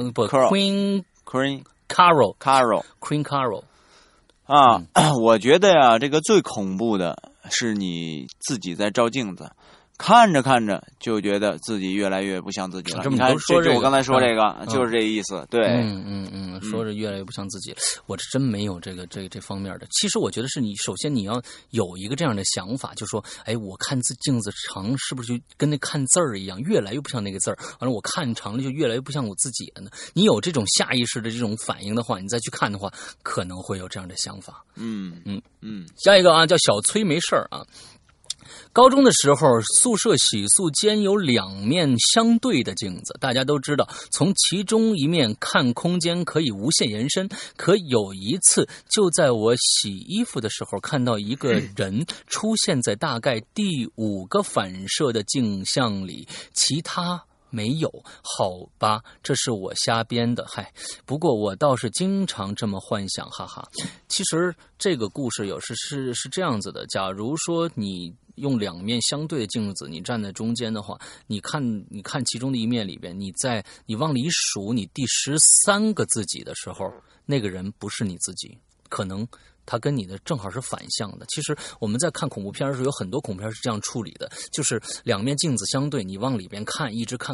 Carol 啊。我觉得呀，这个最恐怖的是你自己在照镜子，看着看着就觉得自己越来越不像自己了。 你看， 就我刚才说这个，就是这意思。对， 说着越来越不像自己了。我是真没有这方面的。其实我觉得是你，首先你要有一个这样的想法，就说，哎，我看镜子长是不是就跟那看字儿一样，越来越不像那个字儿？完了，我看长了就越来越不像我自己了呢。你有这种下意识的这种反应的话，你再去看的话，可能会有这样的想法。下一个啊，叫小崔没事儿啊。高中的时候，宿舍洗漱间有两面相对的镜子，大家都知道，从其中一面看空间可以无限延伸。可有一次，就在我洗衣服的时候，看到一个人出现在大概第5个反射的镜像里，其他没有。好吧，这是我瞎编的，嗨，不过我倒是经常这么幻想，哈哈。其实这个故事有时是这样子的，假如说你用两面相对的镜子，你站在中间的话，你看其中的一面里边，你往里数你第13个自己的时候，那个人不是你自己，可能它跟你的正好是反向的。其实我们在看恐怖片的时候，有很多恐怖片是这样处理的，就是两面镜子相对，你往里边看，一直看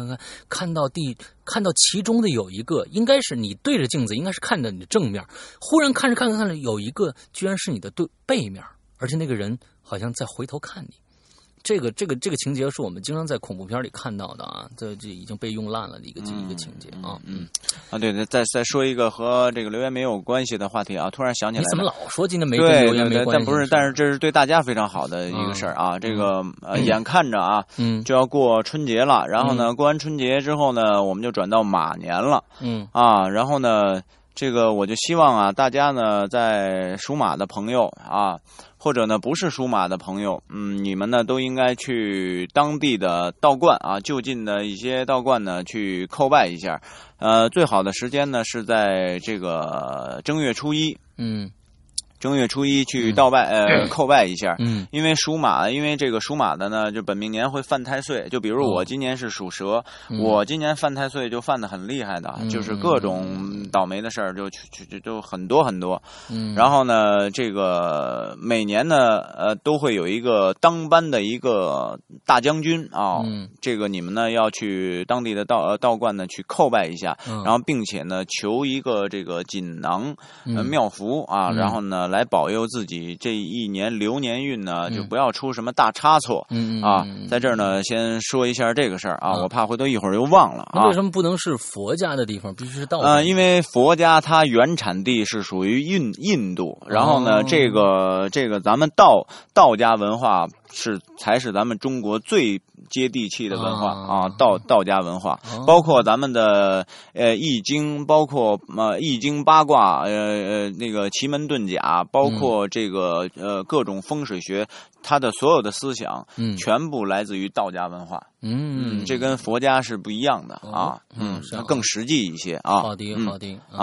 到其中的有一个，应该是你对着镜子，应该是看着你的正面，忽然看着有一个居然是你的背面，而且那个人好像在回头看你。这个情节是我们经常在恐怖片里看到的啊，这已经被用烂了的一个情节啊。 对，再说一个和这个留言没有关系的话题啊，突然想起来， 你怎么老说今天没跟留言没关系？ 但是这是对大家非常好的一个事儿啊。这个眼看着啊，就要过春节了，然后呢，过完春节之后呢，我们就转到马年了，然后呢，这个我就希望啊，大家呢，在属马的朋友啊。或者呢，不是属马的朋友，你们呢都应该去当地的道观啊，就近的一些道观呢去叩拜一下。最好的时间呢是在这个正月初一。正月初一去叩拜一下，因为这个属马的呢，就本命年会犯太岁。就比如我今年是属蛇，我今年犯太岁就犯得很厉害的，就是各种倒霉的事儿就很多很多。然后呢，这个每年呢，都会有一个当班的一个大将军啊，这个你们呢要去当地的道观呢去叩拜一下，然后并且呢求一个这个锦囊妙福啊，然后呢。来保佑自己这一年流年运呢，就不要出什么大差错啊！在这儿呢，先说一下这个事儿啊，我怕回头一会儿又忘了啊。 那为什么不能是佛家的地方，必须是道家？ 因为佛家它原产地是属于印度，然后呢，这个咱们道家文化才是咱们中国最接地气的文化啊，道家文化，包括咱们的易经，包括易经八卦，那个奇门遁甲，包括这个各种风水学，它的所有的思想，全部来自于道家文化。这跟佛家是不一样的啊，它更实际一些啊。 好的啊。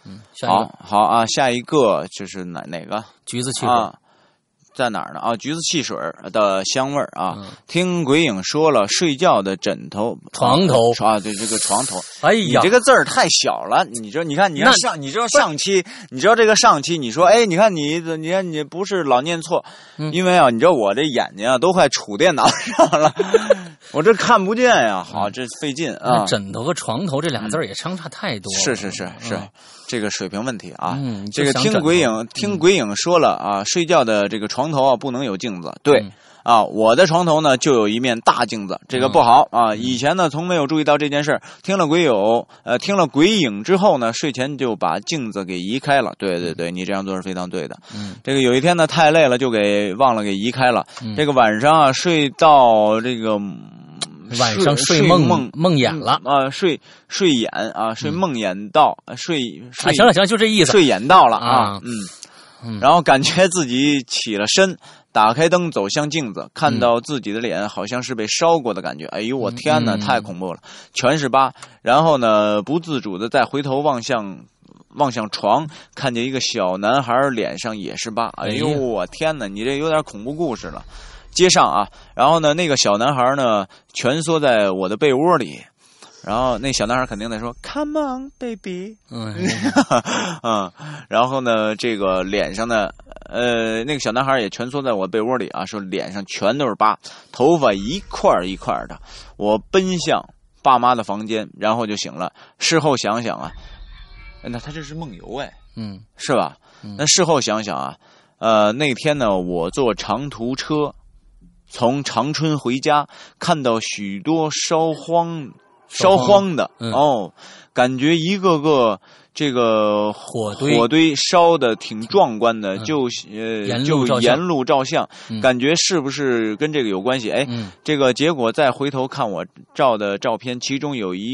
好啊，下一个就是哪个？ 橘子汽水在哪儿呢？啊，橘子汽水的香味儿啊！听鬼影说了，睡觉的枕头、 床头啊，对，这个床头。 哎呀， 你这个字儿太小了。你知道上期，你知道这个上期，你说，哎，你看你不是老念错，因为啊，你知道我这眼睛啊都快杵电脑上了，我这看不见呀。好，这费劲啊。 枕头和床头这俩字儿也相差太多了。 是。这个水平问题啊，这个听鬼影说了啊，睡觉的这个床头啊不能有镜子，对。啊，我的床头呢就有一面大镜子，这个不好啊。以前呢从没有注意到这件事儿，听了鬼影之后呢，睡前就把镜子给移开了。对，你这样做是非常对的。这个有一天呢太累了，就忘了给移开了。这个晚上啊睡到这个。 晚上睡梦魇了啊，睡眼啊，睡梦魇到睡行了，就这意思， 睡眼到了啊，然后感觉自己起了身，打开灯走向镜子，看到自己的脸好像是被烧过的感觉，哎呦我天哪，太恐怖了，全是疤。然后呢，不自主的再回头望向床，看见一个小男孩脸上也是疤，哎呦我天哪，你这有点恐怖故事了。接上啊，然后呢，那个小男孩呢蜷缩在我的被窝里，然后那小男孩肯定在说 "Come on, baby"， 然后呢，这个脸上呢，那个小男孩也蜷缩在我被窝里啊，说脸上全都是疤，头发一块一块的。我奔向爸妈的房间，然后就醒了。事后想想啊，那他这是梦游哎，是吧？那事后想想啊，那天呢，我坐长途车。从长春回家，看到许多烧荒的感觉一个个这个火堆烧的挺壮观的，就沿路照相，感觉是不是跟这个有关系？哎，这个结果再回头看我照的照片，其中有一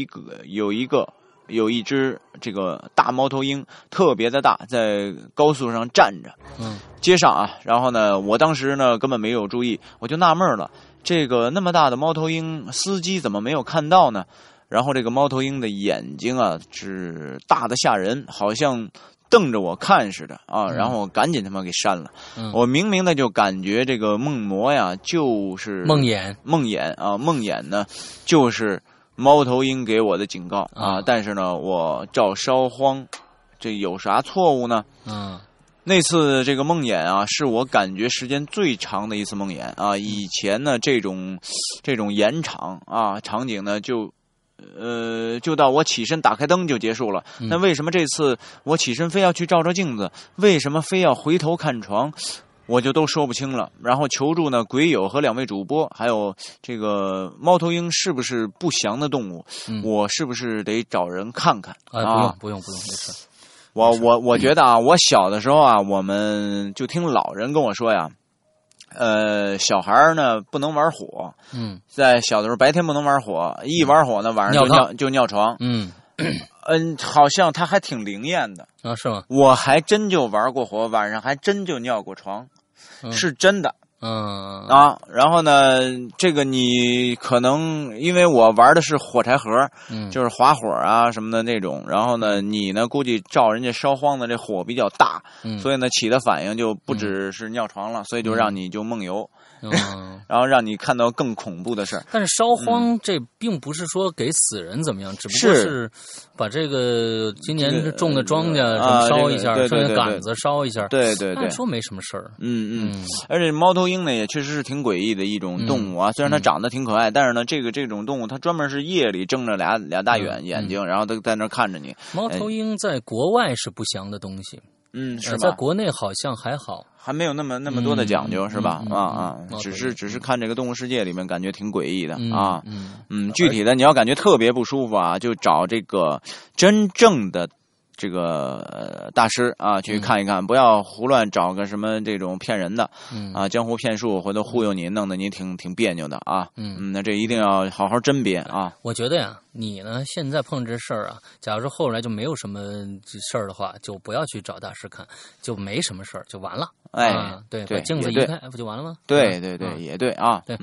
只这个大猫头鹰，特别的大，在高速上站着。街上啊，然后呢，我当时呢根本没有注意，我就纳闷了，这个那么大的猫头鹰，司机怎么没有看到呢？然后这个猫头鹰的眼睛啊，是大的吓人，好像瞪着我看似的啊，然后我赶紧他妈给删了。我明明的就感觉这个梦魔呀，就是梦魇啊，梦魇呢，就是猫头鹰给我的警告啊。但是呢，我照烧荒，这有啥错误呢？那次这个梦魇啊，是我感觉时间最长的一次梦魇啊。以前呢，这种演场啊场景呢，就到我起身打开灯就结束了。那为什么这次我起身非要去照镜子？为什么非要回头看床？我就都说不清了。然后求助呢鬼友和2位主播，还有这个猫头鹰是不是不祥的动物？我是不是得找人看看？ 不用，没事。 我觉得啊，我小的时候啊，我们就听老人跟我说呀，小孩呢不能玩火，在小的时候白天不能玩火，一玩火呢晚上就尿床，好像他还挺灵验的啊，是吗？ 我还真就玩过火，晚上还真就尿过床，是真的。然后呢，这个你可能因为我玩的是火柴盒，就是划火啊什么的那种，然后呢，你呢估计照人家烧荒的这火比较大，所以呢起的反应就不只是尿床了，所以就让你就梦游。然后让你看到更恐怖的事儿。 但是烧荒这并不是说给死人怎么样，只不过是把这个今年种的庄稼烧一下，种的杆子烧一下。 对， 按说没什么事儿。 而且猫头鹰呢也确实是挺诡异的一种动物啊，虽然它长得挺可爱，但是呢这种动物它专门是夜里睁着俩大眼睛，然后它在那看着你。 猫头鹰在国外是不祥的东西。 是吧？ 在国内好像还好， 还没有那么多的讲究，是吧？只是看这个动物世界里面感觉挺诡异的啊。具体的你要感觉特别不舒服啊，就找这个真正的这个大师啊去看一看，不要胡乱找个什么这种骗人的啊，江湖骗术或者忽悠你，弄得你挺别扭的啊。那这一定要好好甄别啊。 我觉得呀，你呢现在碰这事儿啊，假如说后来就没有什么事儿的话，就不要去找大师看，就没什么事儿就完了。对，把镜子移开不就完了吗？ 对，也对啊。 对，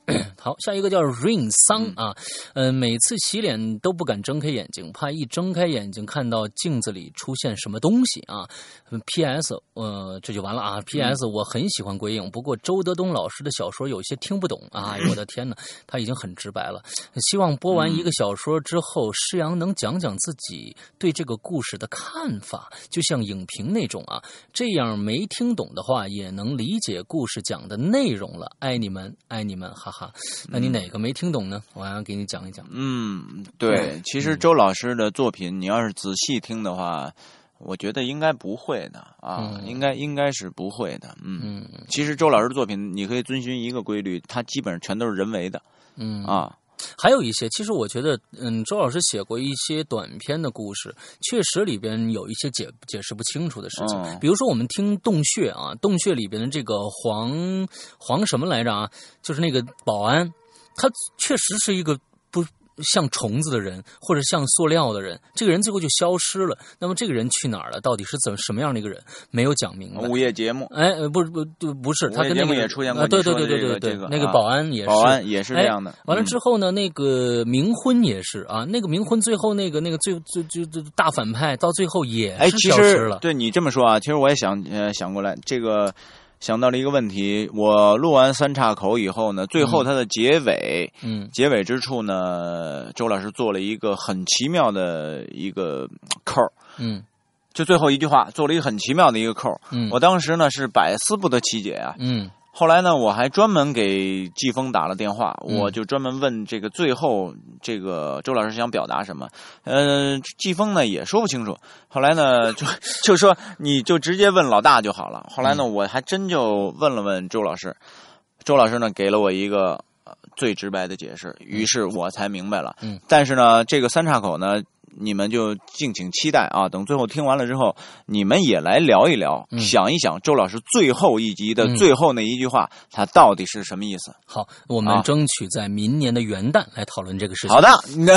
好，下一个叫 Rain 桑啊，每次洗脸都不敢睁开眼睛，怕一睁开眼睛看到镜子里出现什么东西啊。PS， 这就完了啊。PS， 我很喜欢鬼影，不过周德东老师的小说有些听不懂啊。我的天哪，他已经很直白了。希望播完一个小说之后，施洋能讲讲自己对这个故事的看法，就像影评那种啊，这样没听懂的话也能理解故事讲的内容了。爱你们，爱你们，哈哈。那你哪个没听懂呢？我还要给你讲一讲。 对，其实周老师的作品，你要是仔细听的话，我觉得应该不会的啊，应该是不会的。其实周老师的作品，你可以遵循一个规律，它基本上全都是人为的。 还有一些，其实我觉得，周老师写过一些短篇的故事，确实里边有一些解释不清楚的事情。比如说我们听《洞穴》啊，《洞穴》里边的这个黄什么来着啊，就是那个保安，他确实是一个不像虫子的人，或者像塑料的人，这个人最后就消失了。那么这个人去哪儿了？到底是什么样的一个人？没有讲明白。 午夜节目， 不是，他跟那个也出现过。 对，那个保安也是， 保安也是这样的。 完了之后呢，那个冥婚也是啊，那个冥婚最后那个最大反派到最后也是消失了。 对你这么说啊，其实我也想过来这个。想到了一个问题，我录完三岔口以后呢，最后它的结尾，结尾之处呢，周老师做了一个很奇妙的一个扣，就最后一句话做了一个很奇妙的一个扣，我当时呢是百思不得其解啊，后来呢，我还专门给季风打了电话，我就专门问这个最后这个周老师想表达什么。季风呢也说不清楚。后来呢就说你就直接问老大就好了。后来呢，我还真就问了问周老师，周老师呢给了我一个最直白的解释，于是我才明白了。但是呢，这个三岔口呢，你们就敬请期待啊！等最后听完了之后，你们也来聊一聊，想一想周老师最后一集的最后那一句话，它到底是什么意思？ 好，我们争取在明年的元旦来讨论这个事情。 好的，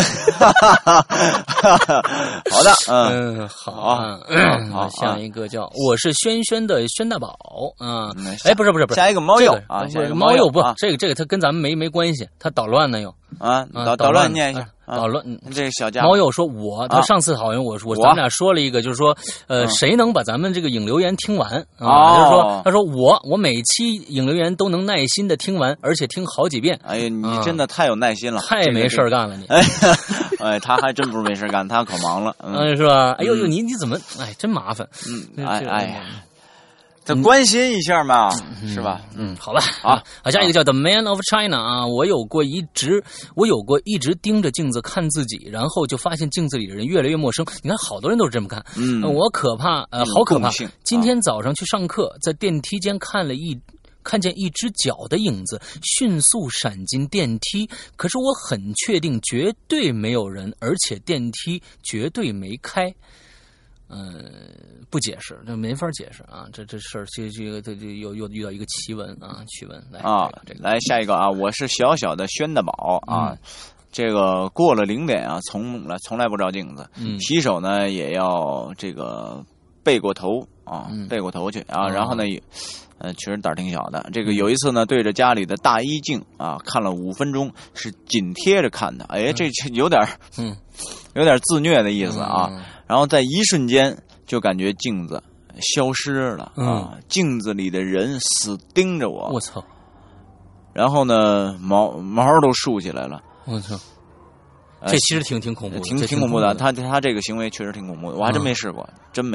好的， 好，下一个叫我是轩轩的轩大宝啊，不是， 下一个猫鼬啊， 猫鼬不，这个它跟咱们没关系，它捣乱呢又捣乱念一下。 捣乱， 这个小家伙猫鼬说他上次好像咱们俩说了一个，就是说谁能把咱们这个影留言听完啊？就是说他说我每期影留言都能耐心的听完，而且听好几遍。 哎呀，你真的太有耐心了， 太没事干了你。 他还真不是没事干，他可忙了， 是吧？哎呦，你怎么真麻烦。 再关心一下嘛，是吧？ 好吧，好，下一个叫 The Man of China 啊，我有过一直盯着镜子看自己，然后就发现镜子里的人越来越陌生。你看，好多人都是这么看。我可怕，好可怕。今天早上去上课，在电梯间看见一只脚的影子迅速闪进电梯，可是我很确定绝对没有人，而且电梯绝对没开。不解释，这没法解释啊！这事儿，这又遇到一个奇闻啊，趣闻来来下一个啊！我是小小的轩大宝啊，这个过了0点啊，从来不照镜子，洗手呢也要这个背过头去啊，然后呢确实胆儿挺小的。这个有一次呢，对着家里的大衣镜啊看了5分钟，是紧贴着看的。哎，这有点自虐的意思啊。然后在一瞬间就感觉镜子消失了啊，镜子里的人死盯着我。 我操！ 然后呢，毛都竖起来了。 我操！这其实挺恐怖的， 挺恐怖的。他这个行为确实挺恐怖的，我还真没试过，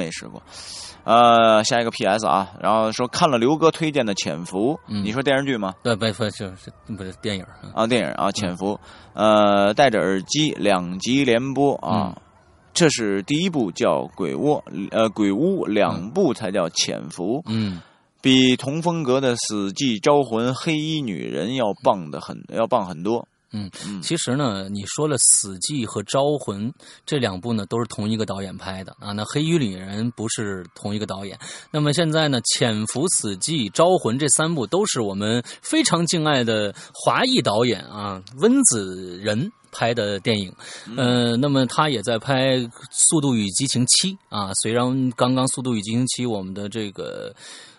下一个 PS 啊，然后说看了刘哥推荐的《潜伏》，你说电视剧吗？ 对，不是电影啊，电影啊，《潜伏》戴着耳机2集连播啊。这是第一部叫鬼屋，2部才叫潜伏。比同风格的死寂招魂、黑衣女人要棒很多。 其实呢，你说了死寂和招魂这2部呢，都是同一个导演拍的啊。那黑衣女人不是同一个导演。那么现在呢，潜伏、死寂、招魂这3部都是我们非常敬爱的华裔导演啊，温子仁拍的电影。那么他也在拍《速度与激情7》啊。虽然刚刚《速度与激情7》我们的这个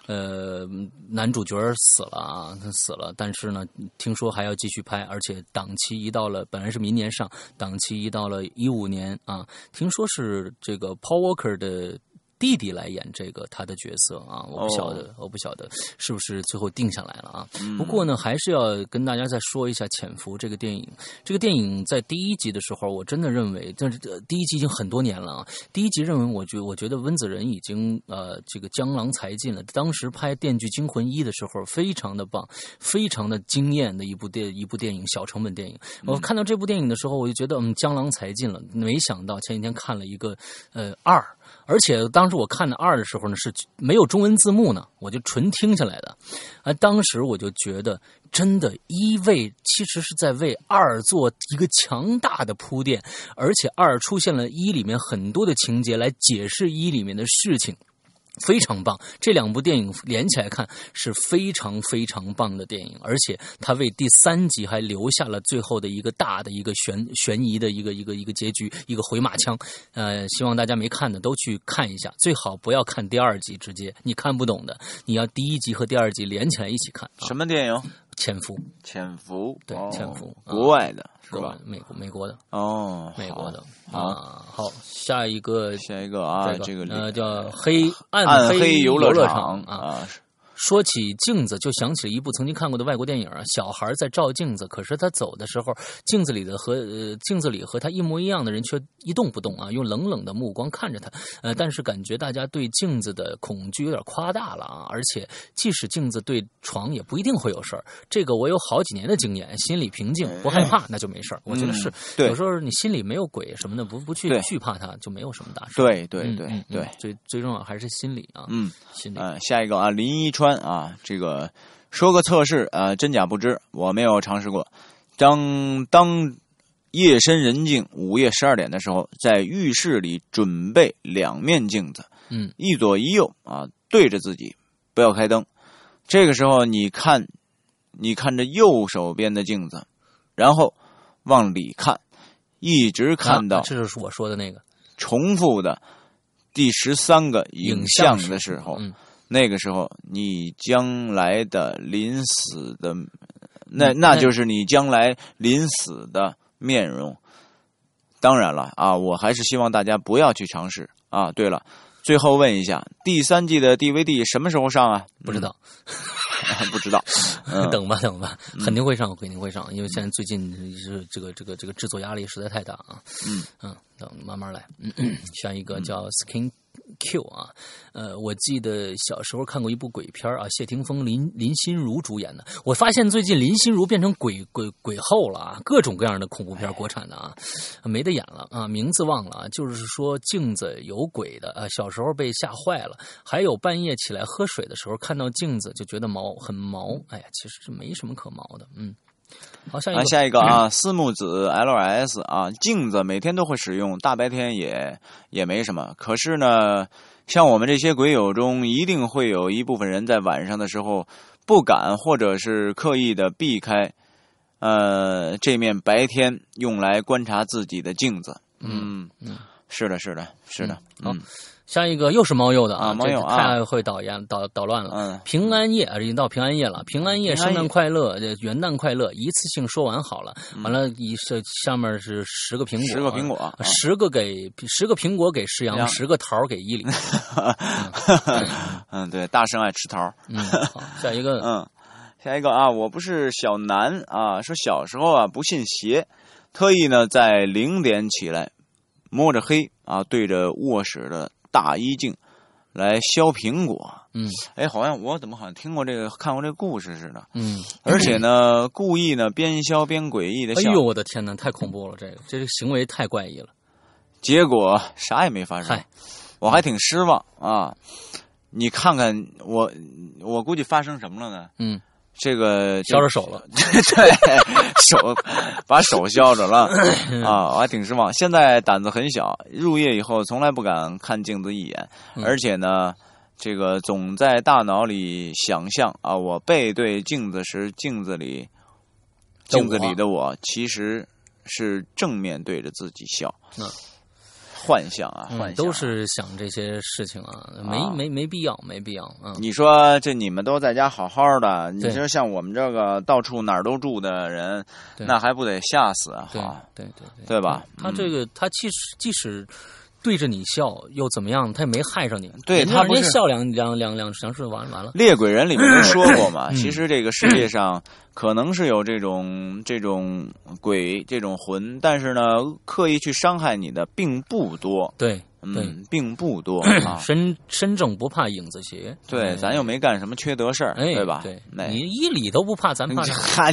男主角死了啊，他死了，但是呢，听说还要继续拍，而且档期移到了本来是明年上，档期移到了15年啊。听说是这个 Paul Walker 的弟弟来演这个他的角色啊，我不晓得是不是最后定下来了啊。不过呢，还是要跟大家再说一下《潜伏》这个电影。这个电影在第1集的时候，我真的认为，但是第1集已经很多年了啊。第1集认为我觉得温子仁已经这个江郎才尽了。当时拍《电锯惊魂1》的时候，非常的棒，非常的惊艳的一部电影，小成本电影。我看到这部电影的时候，我就觉得江郎才尽了。没想到前几天看了一个2，而且当时我看的2的时候呢，是没有中文字幕呢，我就纯听下来的。当时我就觉得，真的1其实是在为2做一个强大的铺垫，而且2出现了1里面很多的情节来解释1里面的事情。非常棒，这2部电影连起来看是非常非常棒的电影，而且它为第3集还留下了最后的一个大的一个悬疑的一个结局，一个回马枪。希望大家没看的都去看一下，最好不要看第2集，直接你看不懂的，你要第1集和第2集连起来一起看。 什么电影？ 潜伏，对，潜伏， 国外的是吧？ 美国的哦， 美国的啊。好，下一个啊，这个叫暗黑游乐场啊。说起镜子，就想起了一部曾经看过的外国电影啊。小孩在照镜子，可是他走的时候，镜子里和他一模一样的人却一动不动啊，用冷冷的目光看着他。但是感觉大家对镜子的恐惧有点夸大了啊。而且即使镜子对床，也不一定会有事儿。这个我有好几年的经验，心里平静，不害怕，那就没事儿。我觉得是，有时候你心里没有鬼什么的，不去惧怕它，就没有什么大事。 对， 最重要还是心理啊。心理。 下一个啊，林一川啊，这个说个测试啊，真假不知，我没有尝试过。当夜深人静，午夜12点的时候，在浴室里准备2面镜子，一左一右啊，对着自己，不要开灯。这个时候你看着右手边的镜子，然后往里看，一直看到， 这就是我说的那个重复的第13个影像的时候，那个时候你将来的临死的那就是你将来临死的面容。当然了啊，我还是希望大家不要去尝试啊。对了，最后问一下，第3季的 DVD 什么时候上啊？ 不知道。 不知道， 等吧，肯定会上，因为现在最近是这个制作压力实在太大啊。等慢慢来。下一个叫 Skin Q 啊，我记得小时候看过一部鬼片啊，谢霆锋、林心如主演的。我发现最近林心如变成鬼后了啊，各种各样的恐怖片，国产的啊，没得演了啊，名字忘了啊，就是说镜子有鬼的啊，小时候被吓坏了，还有半夜起来喝水的时候看到镜子就觉得很毛，哎呀，其实是没什么可毛的。好， 下一个啊，四木子 LS 啊，镜子每天都会使用，大白天也没什么。可是呢，像我们这些鬼友中，一定会有一部分人在晚上的时候不敢或者是刻意的避开，这面白天用来观察自己的镜子。是的。 好。下一个又是猫鼬的啊，猫鼬啊， 太会捣乱了。平安夜啊，已经到平安夜了。平安夜，圣诞快乐，元旦快乐，一次性说完好了。完了，上面是10个苹果 ，10个苹果 ，10个苹果给石阳，10个桃给伊犁。 对，大圣爱吃桃。 好，下一个， 下一个啊，我不是小南啊，说小时候啊不信邪，特意呢在0点起来，摸着黑啊，对着卧室的大衣镜来削苹果。好像我怎么好像听过看过这个故事似的。而且呢，故意呢边削边诡异的笑。 哎呦，我的天哪，太恐怖了！这个行为太怪异了。 结果啥也没发生，我还挺失望啊。你看看我估计发生什么了呢？这个削着手了， 对，把手削着了啊！我还挺失望。现在胆子很小，入夜以后从来不敢看镜子一眼，而且呢，这个总在大脑里想象啊，我背对镜子时，镜子里的我其实是正面对着自己笑。 幻想啊，幻想都是想这些事情啊，没必要，没必要。 你说这你们都在家好好的，你说像我们这个到处哪儿都住的人，那还不得吓死啊？对吧？ 他这个他即使对着你笑又怎么样？他也没害上你。 对，他不是笑两声完了。 猎鬼人里面都说过嘛，其实这个世界上可能是有这种鬼这种魂，但是呢，刻意去伤害你的并不多。 对， 并不多啊。 身正不怕影子斜。 对，咱又没干什么缺德事儿，对吧？ 对，你一理都不怕，咱怕啥？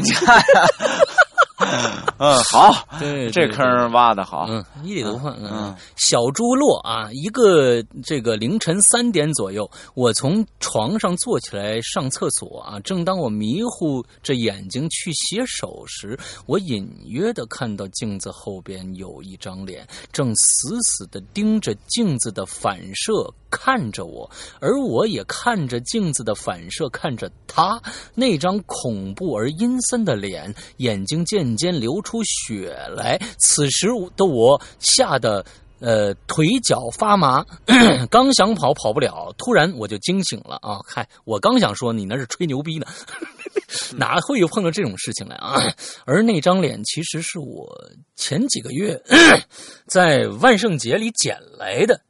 好， 对， 这坑挖的好， 一理都不怕。小猪落啊，一个这个凌晨3点左右，我从床上坐起来上厕所啊，正当我迷糊着眼睛去洗手时，我隐约的看到镜子后边有一张脸，正死死的盯着镜子的反射看着我，而我也看着镜子的反射看着他，那张恐怖而阴森的脸，眼睛渐渐流出血来。此时的我吓得腿脚发麻，刚想跑不了，突然我就惊醒了啊！嗨，我刚想说你那是吹牛逼呢，哪会有碰到这种事情来啊？而那张脸其实是我前几个月在万圣节里捡来的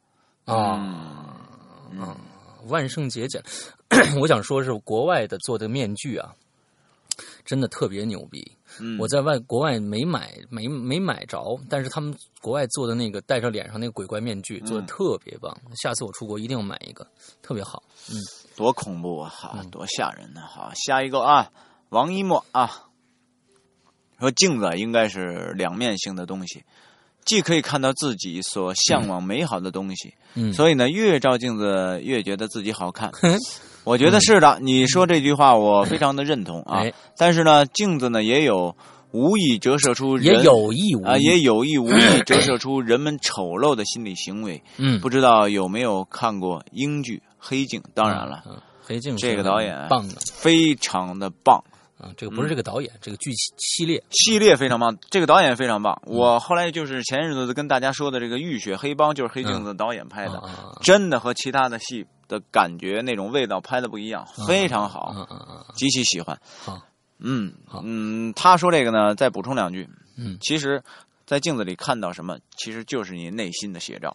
万圣节捡，我想说是国外的做的面具啊，真的特别牛逼。我在国外没买着，但是他们国外做的那个戴着脸上那个鬼怪面具做的特别棒，下次我出国一定要买一个，特别好。 多恐怖啊！好，多吓人呢！好，下一个啊，王一墨啊，说镜子应该是两面性的东西，既可以看到自己所向往美好的东西，所以呢，越照镜子越觉得自己好看。我觉得是的，你说这句话我非常的认同啊。但是呢，镜子呢也有无意折射出也有意无意折射出人们丑陋的心理行为。不知道有没有看过英剧《黑镜》？当然了， 黑镜这个导演棒的， 非常的棒。 这个不是这个导演，这个剧系列非常棒，这个导演非常棒。我后来就是前日子跟大家说的这个《浴血黑帮》，就是黑镜子导演拍的，真的和其他的戏的感觉那种味道拍的不一样，非常好，极其喜欢。他说这个呢，再补充两句。其实，在镜子里看到什么，其实就是你内心的写照。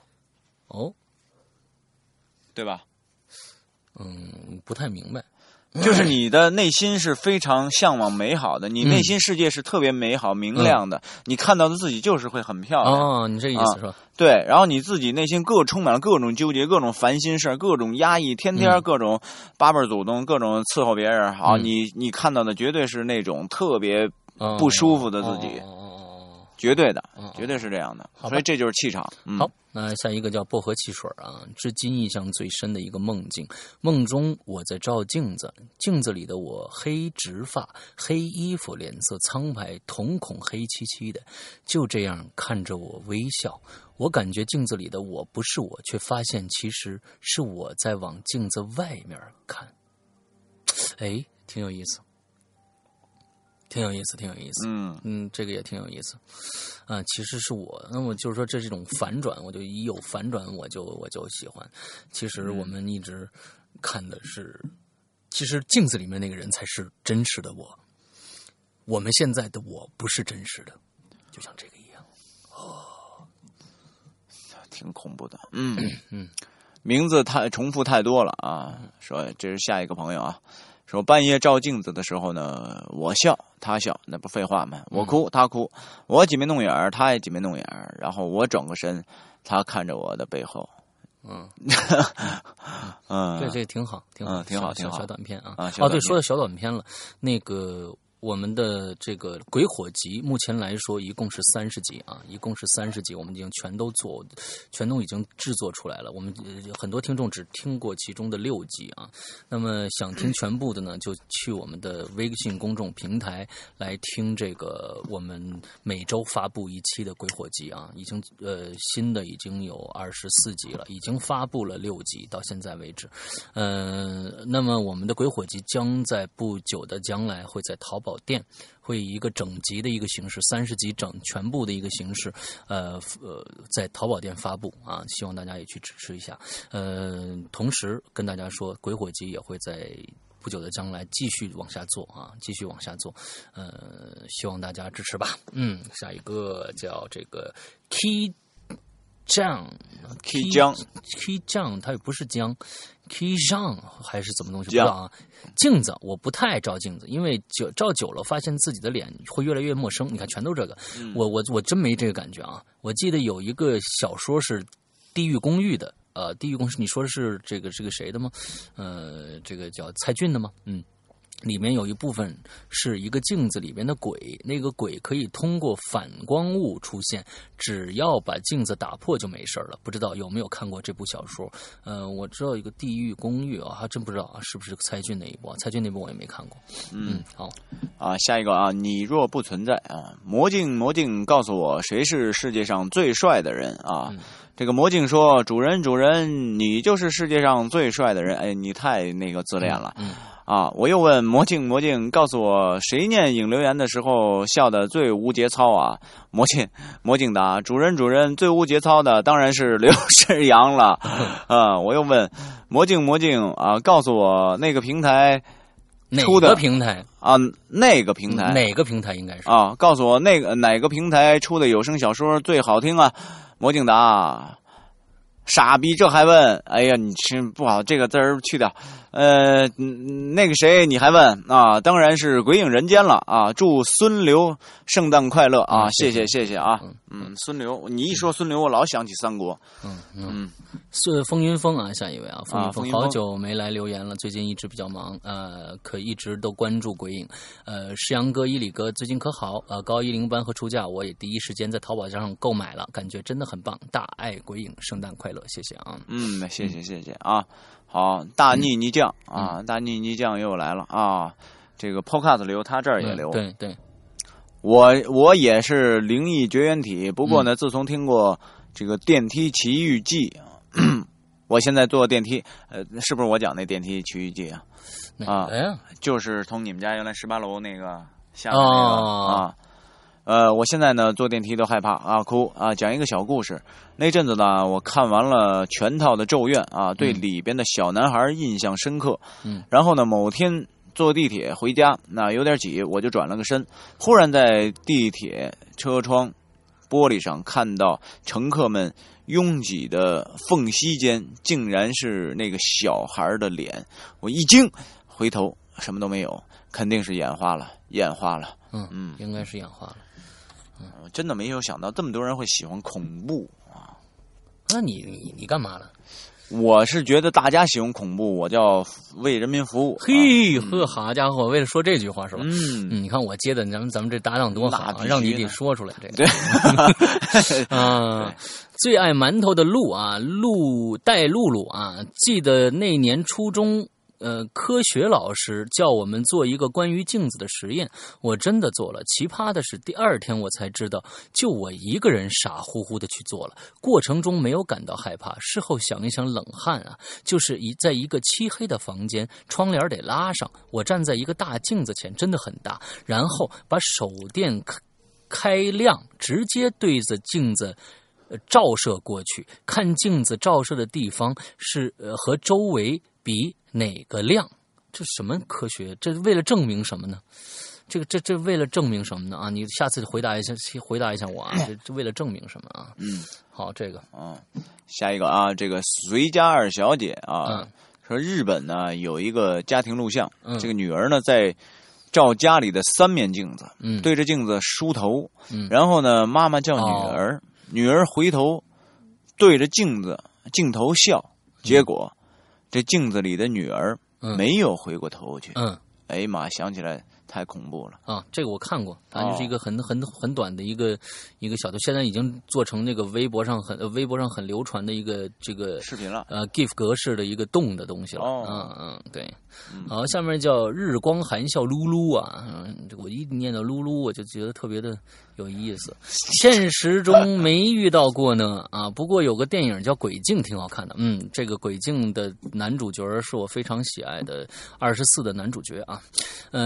对吧？ 不太明白。 就是你的内心是非常向往美好的，你内心世界是特别美好明亮的，你看到的自己就是会很漂亮。 你这意思是吧？ 对，然后你自己内心充满了各种纠结，各种烦心事，各种压抑，天天各种八辈祖宗，各种伺候别人。好，你看到的绝对是那种特别不舒服的自己。绝对的，绝对是这样的，所以这就是气场。 好，那下一个叫薄荷汽水啊，至今印象最深的一个梦境。梦中我在照镜子，镜子里的我黑直发、黑衣服，脸色苍白，瞳孔黑漆漆的，就这样看着我微笑。我感觉镜子里的我不是我，却发现其实是我在往镜子外面看。挺有意思。挺有意思，这个也挺有意思，其实是我，那么就是说这是一种反转，我就一有反转我就喜欢。其实我们一直看的是，其实镜子里面那个人才是真实的我们现在的我不是真实的，就像这个一样。 挺恐怖的。名字重复太多了啊。说这是下一个朋友啊。说半夜照镜子的时候呢，我笑他笑，那不废话吗？我哭他哭，我挤眉弄眼他也挤眉弄眼，然后我转过身，他看着我的背后。 这挺好，挺好，小短片啊。 对， 说到小短片了，那个我们的这个鬼火集目前来说一共是30集啊，我们已经全都已经制作出来了。我们很多听众只听过其中的6集啊，那么想听全部的呢，就去我们的微信公众平台来听这个我们每周发布一期的鬼火集啊，已经新的已经有24集了，已经发布了6集到现在为止。那么我们的鬼火集将在不久的将来会在淘宝宝店，会以一个整集的一个形式，30集全部的一个形式，在淘宝店发布啊，希望大家也去支持一下。同时跟大家说，鬼火集也会在不久的将来继续往下做啊，继续往下做，希望大家支持吧。下一个叫这个 Key 酱，它也不是姜 ，Key 酱还是怎么东西不知道啊。镜子我不太爱照镜子，因为照久了发现自己的脸会越来越陌生。你看，全都这个，我真没这个感觉啊。我记得有一个小说是《地狱公寓》的。地狱公司，你说的是这个谁的吗？这个叫蔡骏的吗？里面有一部分是一个镜子里面的鬼，那个鬼可以通过反光物出现，只要把镜子打破就没事了。不知道有没有看过这部小说？我知道一个《地狱公寓》啊，还真不知道啊，是不是蔡骏那一部？蔡骏那部我也没看过。好啊，下一个啊，你若不存在啊，魔镜告诉我谁是世界上最帅的人啊？这个魔镜说：“主人，你就是世界上最帅的人。”哎，你太那个自恋了。啊！我又问魔镜，告诉我谁念影留言的时候笑得最无节操啊？魔镜答：主人，最无节操的当然是刘世阳了。我又问魔镜啊，告诉我那个平台出的哪个平台啊？那个平台哪个平台应该是啊？告诉我那个哪个平台出的有声小说最好听啊？魔镜答：傻逼，这还问？哎呀，你真不好，这个字儿去掉。那个谁，你还问啊？当然是鬼影人间了啊！祝孙刘圣诞快乐啊！谢谢啊！孙刘，你一说孙刘，我老想起三国。 是风云峰啊，下一位啊，风云峰好久没来留言了，最近一直比较忙，可一直都关注鬼影。世阳哥、伊里哥最近可好？高10班和出价我也第一时间在淘宝上购买了，感觉真的很棒。大爱鬼影，圣诞快乐，谢谢啊！ 谢谢啊！好，大逆逆酱啊，大逆逆酱又来了啊！这个 Podcast 留，他这儿也留。 对， 我也是灵异绝缘体，不过呢，自从听过这个电梯奇遇记，我现在坐电梯，是不是我讲那电梯奇遇记啊？就是从你们家原来18楼那个下面那个我现在呢坐电梯都害怕啊，哭啊！讲一个小故事。那阵子呢，我看完了全套的《咒怨》啊，对里边的小男孩印象深刻。然后呢，某天坐地铁回家，那有点挤，我就转了个身，忽然在地铁车窗玻璃上看到乘客们拥挤的缝隙间，竟然是那个小孩的脸。我一惊，回头什么都没有，肯定是眼花了。 应该是眼花了。 真的没有想到这么多人会喜欢恐怖啊！ 那你干嘛了？ 我是觉得大家喜欢恐怖，我叫为人民服务。 嘿呵，好家伙，为了说这句话是吧？你看我接的，咱们这搭档多好啊！让你得说出来这个。 对， 最爱馒头的露啊，带露露啊，记得那年初中。科学老师叫我们做一个关于镜子的实验，我真的做了。奇葩的是，第2天我才知道，就我一个人傻乎乎的去做了。过程中没有感到害怕，事后想一想冷汗啊，就是在一个漆黑的房间，窗帘得拉上，我站在一个大镜子前，真的很大，然后把手电开亮，直接对着镜子照射过去，看镜子照射的地方是和周围比哪个亮？这什么科学？这为了证明什么呢？这为了证明什么呢？啊，你下次回答一下我啊！这为了证明什么啊？好，这个下一个啊，这个随家二小姐啊，说日本呢有一个家庭录像，这个女儿呢在照家里的3面镜子，对着镜子梳头，然后呢妈妈叫女儿回头对着镜头笑，结果这镜子里的女儿没有回过头去。哎呀妈，想起来太恐怖了啊！这个我看过，它就是一个很短的一个小的，现在已经做成那个微博上很流传的一个这个视频了 ，GIF 格式的一个动的东西了。对。好，下面叫日光含笑噜噜啊，我一念到噜噜，我就觉得特别的有意思。现实中没遇到过呢啊，不过有个电影叫《鬼镜》，挺好看的。这个《鬼镜》的男主角是我非常喜爱的24的男主角啊。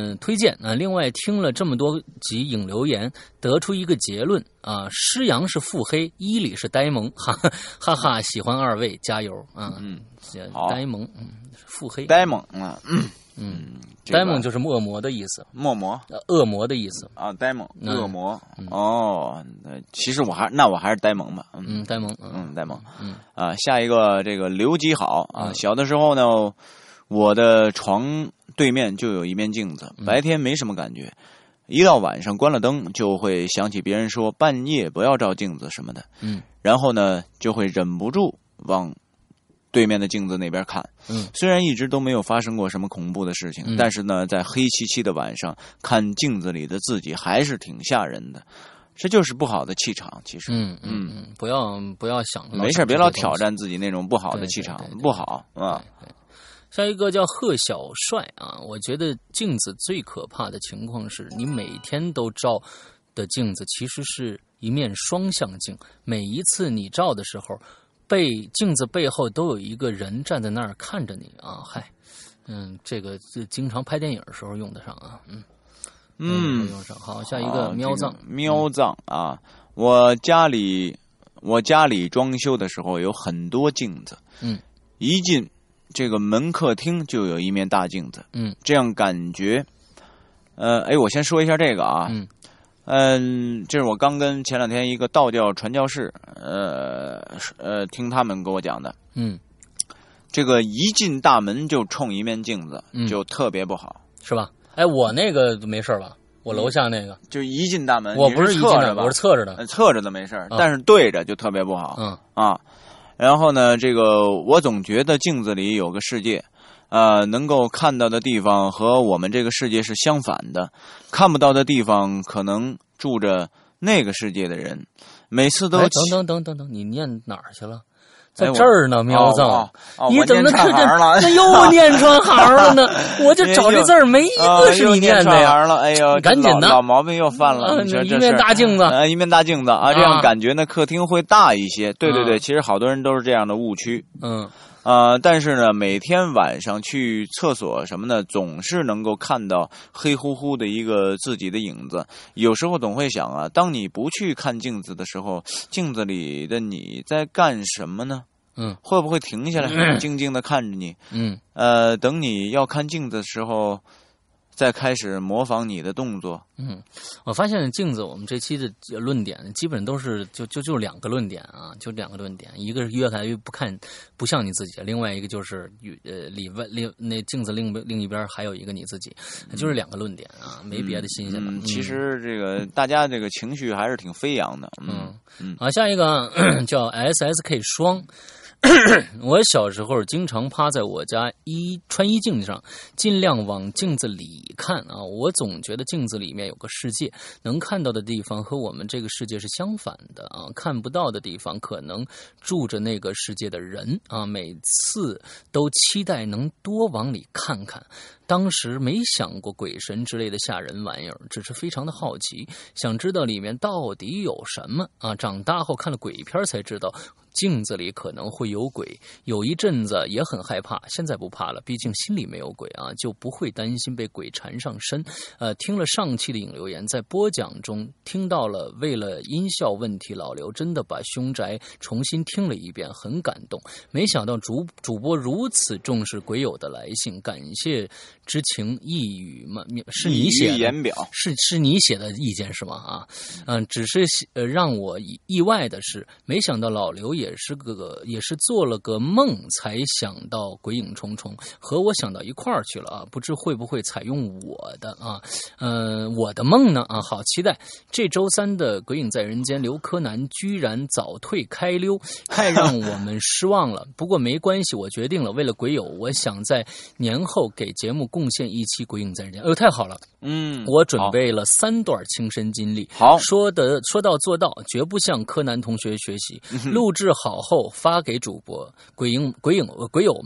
推荐啊。另外听了这么多集影留言，得出一个结论啊：施洋是腹黑，伊里是呆萌，哈哈哈！喜欢二位，加油啊！呆萌，腹黑， 呆萌啊， 呆萌就是恶魔的意思，恶魔的意思啊，呆萌，恶魔哦。其实我还是呆萌吧， 呆萌， 呆萌，下一个这个刘基好啊，小的时候呢，我的床对面就有一面镜子，白天没什么感觉，一到晚上关了灯，就会想起别人说半夜不要照镜子什么的，然后呢就会忍不住往对面的镜子那边看，虽然一直都没有发生过什么恐怖的事情，但是呢，在黑漆漆的晚上看镜子里的自己还是挺吓人的，这就是不好的气场。其实， 不要想， 没事，别老挑战自己那种不好的气场，不好啊。 下一个叫贺小帅啊，我觉得镜子最可怕的情况是你每天都照的镜子其实是一面双向镜，每一次你照的时候。镜子背后都有一个人站在那儿看着你啊！这个经常拍电影的时候用得上啊，用上。好，下一个喵藏啊，我家里装修的时候有很多镜子，一进这个门客厅就有一面大镜子，这样感觉，我先说一下这个啊，这是我刚跟前两天一个道教传教士，听他们跟我讲的。这个一进大门就冲一面镜子，就特别不好， 是吧？我那个没事吧？我楼下那个就一进大门， 我不是一进的，我是侧着的， 侧着的没事，但是对着就特别不好。然后呢，这个我总觉得镜子里有个世界。能够看到的地方和我们这个世界是相反的，看不到的地方可能住着那个世界的人。每次都等，你念哪儿去了？在这儿呢，喵藏，你怎么那又念穿行了呢？我就找这字儿没一个是你念的呀！ 哎呦， 赶紧的， 老毛病又犯了。 一面大镜子， 一面大镜子啊，这样感觉呢，客厅会大一些。对，其实好多人都是这样的误区。但是呢，每天晚上去厕所什么的，总是能够看到黑乎乎的一个自己的影子。有时候总会想啊，当你不去看镜子的时候，镜子里的你在干什么呢？会不会停下来，静静的看着你？等你要看镜子的时候，再开始模仿你的动作。 我发现镜子，我们这期的论点基本都是就两个论点啊，就两个论点，一个是越来越不像你自己，另外一个就是那镜子另一边还有一个你自己，就是两个论点啊，没别的新鲜的。 其实这个大家这个情绪还是挺飞扬的。 下一个叫 SSK 双。我小时候经常趴在我家穿衣镜上，尽量往镜子里看啊。我总觉得镜子里面有个世界，能看到的地方和我们这个世界是相反的啊，看不到的地方可能住着那个世界的人啊。每次都期待能多往里看看。当时没想过鬼神之类的吓人玩意儿，只是非常的好奇，想知道里面到底有什么啊。长大后看了鬼片才知道镜子里可能会有鬼，有一阵子也很害怕，现在不怕了，毕竟心里没有鬼啊，就不会担心被鬼缠上身。听了上期的影留言，在播讲中听到了，为了音效问题，老刘真的把凶宅重新听了一遍，很感动。没想到主播如此重视鬼友的来信，感谢之情一语嘛，是你写的言表， 是你写的意见是吗？只是让我意外的是，没想到老刘也是做了个梦才想到鬼影重重，和我想到一块儿去了啊！不知会不会采用我的我的梦呢？好期待这周3的鬼影在人间，刘柯南居然早退开溜，太让我们失望了。不过没关系，我决定了，为了鬼友，我想在年后给节目贡献一期鬼影在人间。太好了，我准备了3段亲身经历， 好， 说到做到，绝不向柯南同学学习。录制好后发给主播鬼友们，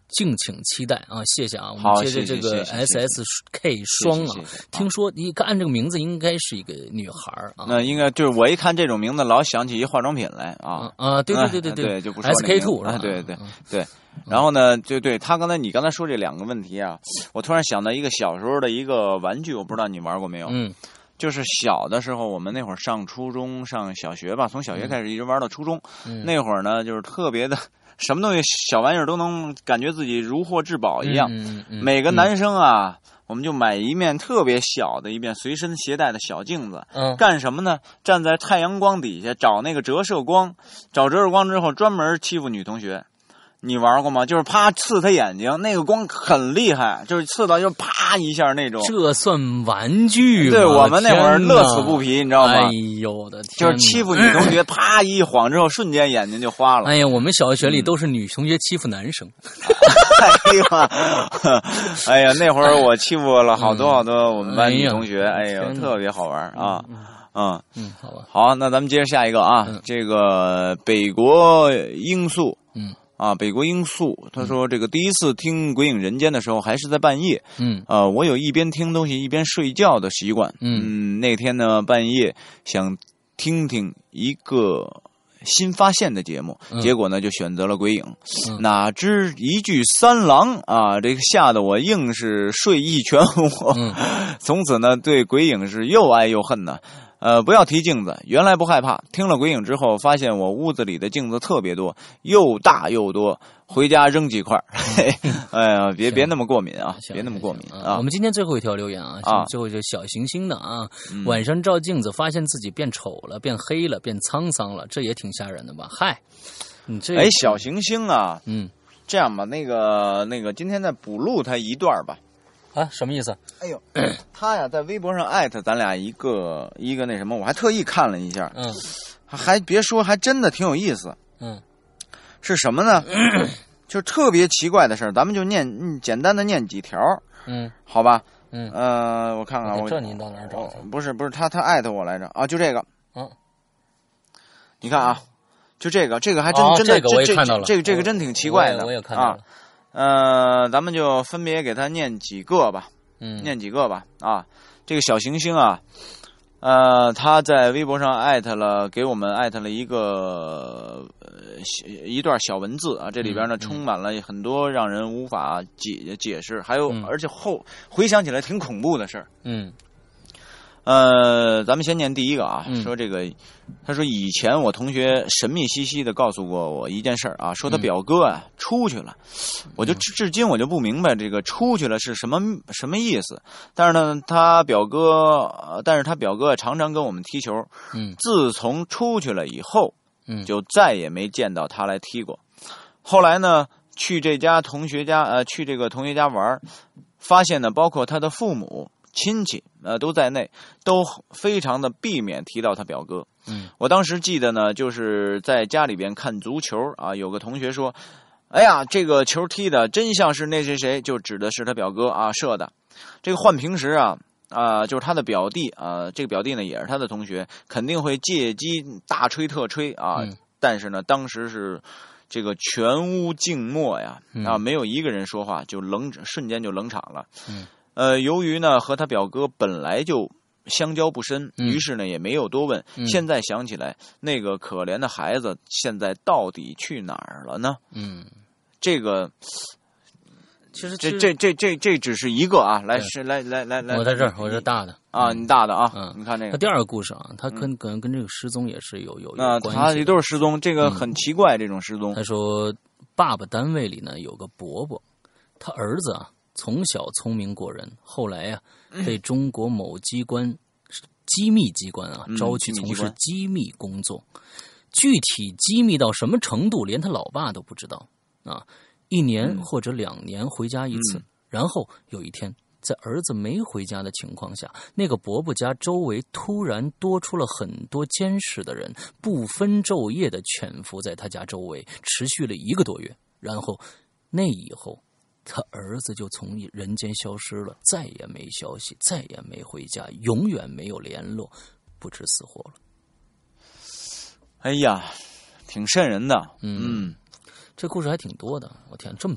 敬请期待啊！谢谢啊，我们接着这个 SSK 双啊，听说你按这个名字应该是一个女孩啊。 那应该就是我一看这种名字，老想起一化妆品来啊对， 就不说 SK2 是吧？对。然后呢，对他你刚才说这两个问题啊，我突然想到一个小时候的一个玩具，我不知道你玩过没有？就是小的时候，我们那会儿上初中、上小学吧，从小学开始一直玩到初中，那会儿呢，就是特别的。什么东西小玩意儿都能感觉自己如获至宝一样。每个男生啊，我们就买一面特别小的一面随身携带的小镜子。干什么呢？站在太阳光底下找那个折射光，找折射光之后专门欺负女同学。你玩过吗？就是啪刺他眼睛，那个光很厉害，就是刺到就啪一下那种。 这算玩具吗？ 对，我们那会儿乐此不疲，你知道吗？ 哎呦我的天！ 就是欺负女同学，啪一晃之后，瞬间眼睛就花了。 哎呀，我们小学里都是女同学欺负男生。 哎呀，那会儿我欺负了好多我们班女同学，哎呀，特别好玩啊。 好吧。 好，那咱们接着下一个啊，这个北国罂粟。北国罂粟，他说这个第一次听《鬼影人间》的时候还是在半夜，我有一边听东西一边睡觉的习惯，那天呢半夜想听听一个新发现的节目，结果呢就选择了鬼影，哪知一句三郎啊，这个吓得我硬是睡意全无，从此呢对鬼影是又爱又恨呢。不要提镜子，原来不害怕，听了鬼影之后发现我屋子里的镜子特别多，又大又多，回家扔几块。哎呀，别那么过敏啊，别那么过敏啊。 我们今天最后一条留言啊，最后就小行星的啊，晚上照镜子发现自己变丑了，变黑了，变沧桑了，这也挺吓人的吧？嗨，你这小行星啊，这样吧，那个今天再补录他一段吧。 啊，什么意思？ 哎呦，他呀在微博上艾特咱俩一个那什么，我还特意看了一下，还别说，还真的挺有意思。是什么呢？就特别奇怪的事儿，咱们就简单的念几条，好吧？我看看， 这您到哪儿找去？ 不是，他艾特我来着啊，就这个，你看啊，就这个还真的， 这个我也看到了， 这个真挺奇怪的， 我也看到了。 咱们就分别给他念几个吧，啊，这个小行星啊，他在微博上给我们艾特了一段小文字啊，这里边呢充满了很多让人无法解释，还有而且回想起来挺恐怖的事儿。咱们先念第一个啊，说这个，他说以前我同学神秘兮兮的告诉过我一件事儿啊，说他表哥啊出去了，我就至今我就不明白这个出去了是什么意思。但是他表哥常常跟我们踢球，自从出去了以后，就再也没见到他来踢过。后来呢，去这个同学家玩，发现呢，包括他的父母。亲戚都在内，都非常的避免提到他表哥。我当时记得呢，就是在家里边看足球啊，有个同学说：“哎呀，这个球踢的真像是那谁谁，就指的是他表哥啊射的。”这个换平时就是他的表弟啊，这个表弟呢也是他的同学，肯定会借机大吹特吹啊。但是呢，当时是这个全屋静默呀，没有一个人说话，瞬间就冷场了。由于呢和他表哥本来就相交不深，于是呢也没有多问。现在想起来，那个可怜的孩子现在到底去哪儿了呢？这个其实这只是一个啊，来， 我在这儿，我是大的啊，你大的啊，你看这个。 他第二个故事啊，他可能跟这个失踪也是有关系。 他都是失踪，这个很奇怪，这种失踪。 他说，爸爸单位里呢有个伯伯，他儿子啊。从小聪明过人，后来啊，被中国某机密机关啊招去从事机密工作，具体机密到什么程度，连他老爸都不知道啊。1年或者2年回家一次，然后有一天，在儿子没回家的情况下，那个伯伯家周围突然多出了很多监视的人，不分昼夜的潜伏在他家周围，持续了1个多月，然后那以后。他儿子就从人间消失了，再也没消息，再也没回家，永远没有联络，不知死活了。 哎呀，挺瘆人的。 这故事还挺多的，我天，这么多！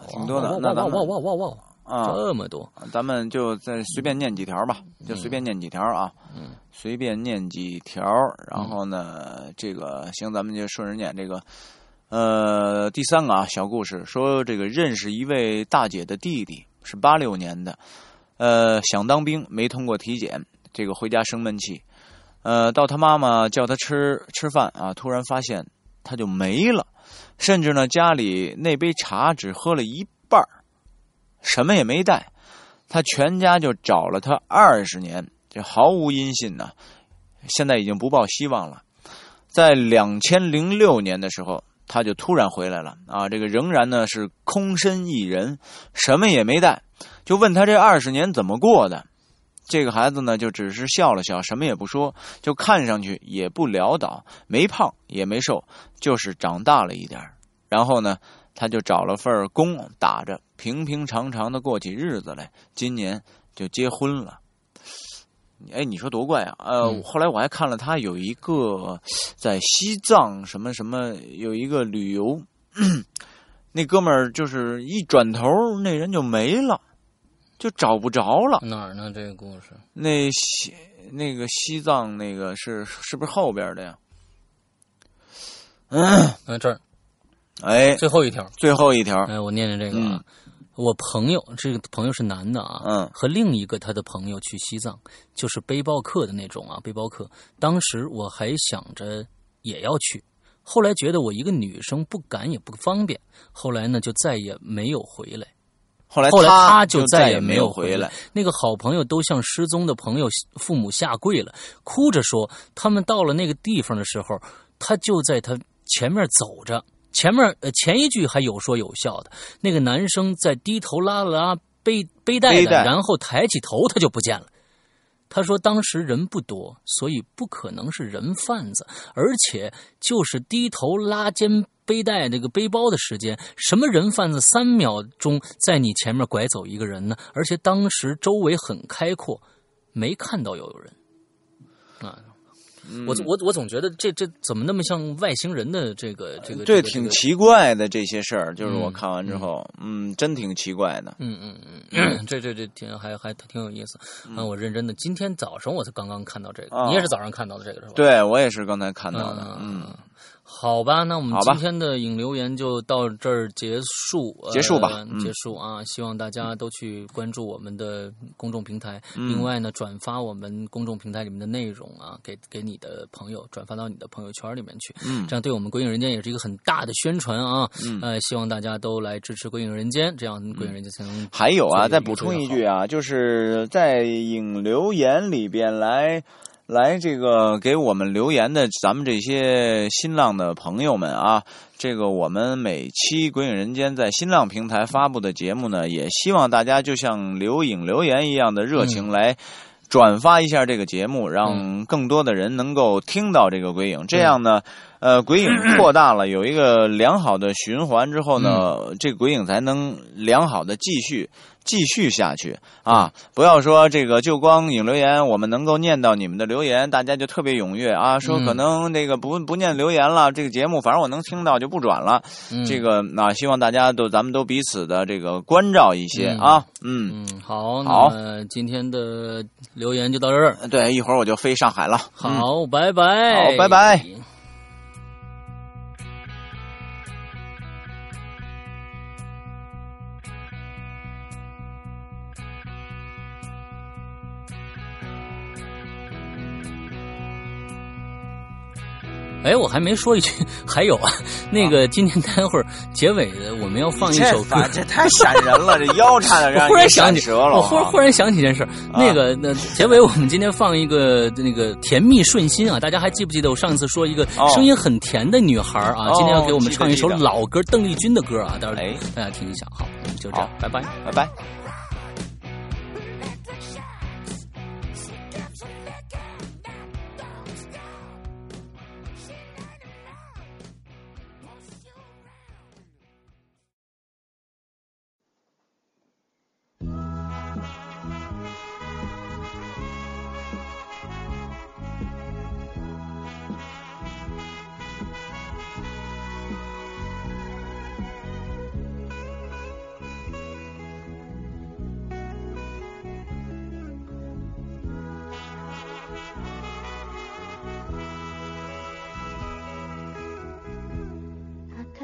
挺多的。那哇啊，这么多， 咱们就再随便念几条吧，就随便念几条啊，随便念几条。然后呢，这个行，咱们就顺着念这个。第3个啊，小故事说，这个认识一位大姐的弟弟，是86年的，想当兵没通过体检，这个回家生闷气，到他妈妈叫他吃饭啊，突然发现他就没了，甚至呢家里那杯茶只喝了一半，什么也没带，他全家就找了他20年，这毫无音信呢，现在已经不抱希望了。在2006年的时候，他就突然回来了啊！这个仍然呢是空身一人，什么也没带，就问他这20年怎么过的。这个孩子呢就只是笑了笑，什么也不说，就看上去也不潦倒，没胖也没瘦，就是长大了一点。然后呢，他就找了份工打着，平平常常的过起日子来。今年就结婚了。哎，你说多怪啊！后来我还看了他有一个在西藏什么什么有一个旅游，那哥们儿就是一转头那人就没了，就找不着了。 哪儿呢？这个故事？ 那个西藏那个是不是后边的呀？ 这儿。 哎， 最后一条。 哎， 我念念这个啊。我朋友，这个朋友是男的啊，和另一个他的朋友去西藏，就是背包客的那种啊，背包客。当时我还想着也要去，后来觉得我一个女生不敢也不方便，后来呢就再也没有回来。 后来他就再也没有回来。 那个好朋友都向失踪的朋友父母下跪了，哭着说他们到了那个地方的时候，他就在他前面走着。前一句还有说有笑的，那个男生在低头拉了拉背带的，然后抬起头他就不见了。他说当时人不多，所以不可能是人贩子，而且就是低头拉肩背带这个背包的时间，什么人贩子3秒钟在你前面拐走一个人呢？而且当时周围很开阔，没看到有人啊。我总觉得这怎么那么像外星人的这个对，挺奇怪的这些事儿，就是我看完之后，真挺奇怪的。 这挺还挺有意思。我认真的，今天早上我才刚刚看到这个，你也是早上看到的这个是吧？ 对，我也是刚才看到的。 好吧，那我们今天的影留言就到这儿结束吧。结束啊！希望大家都去关注我们的公众平台，另外呢，转发我们公众平台里面的内容啊，给你的朋友，转发到你的朋友圈里面去。这样对我们鬼影人间也是一个很大的宣传啊。希望大家都来支持鬼影人间，这样鬼影人间才能。 还有啊，再补充一句啊，就是在影留言里边来这个给我们留言的咱们这些新浪的朋友们啊，这个我们每期鬼影人间在新浪平台发布的节目呢，也希望大家就像留言一样的热情来转发一下这个节目，让更多的人能够听到这个鬼影，这样呢鬼影扩大了，有一个良好的循环之后呢，这个鬼影才能良好的继续下去啊！不要说这个就光影留言，我们能够念到你们的留言，大家就特别踊跃啊，说可能这个不念留言了，这个节目反正我能听到就不转了。这个希望大家咱们都彼此的这个关照一些啊。 好，那今天的留言就到这儿。 对，一会儿我就飞上海了。 好，拜拜。 好，拜拜。 哎，我还没说一句，还有啊，那个今天待会儿结尾的我们要放一首歌， 这太闪人了，这腰差点让你闪折了。 我忽然想起一件事，那结尾我们今天放一个那个甜蜜顺心啊，大家还记不记得我上次说一个声音很甜的女孩啊？今天要给我们唱一首老歌，邓丽君的歌啊，到时候大家听一下。好，就这样，拜拜， 拜拜。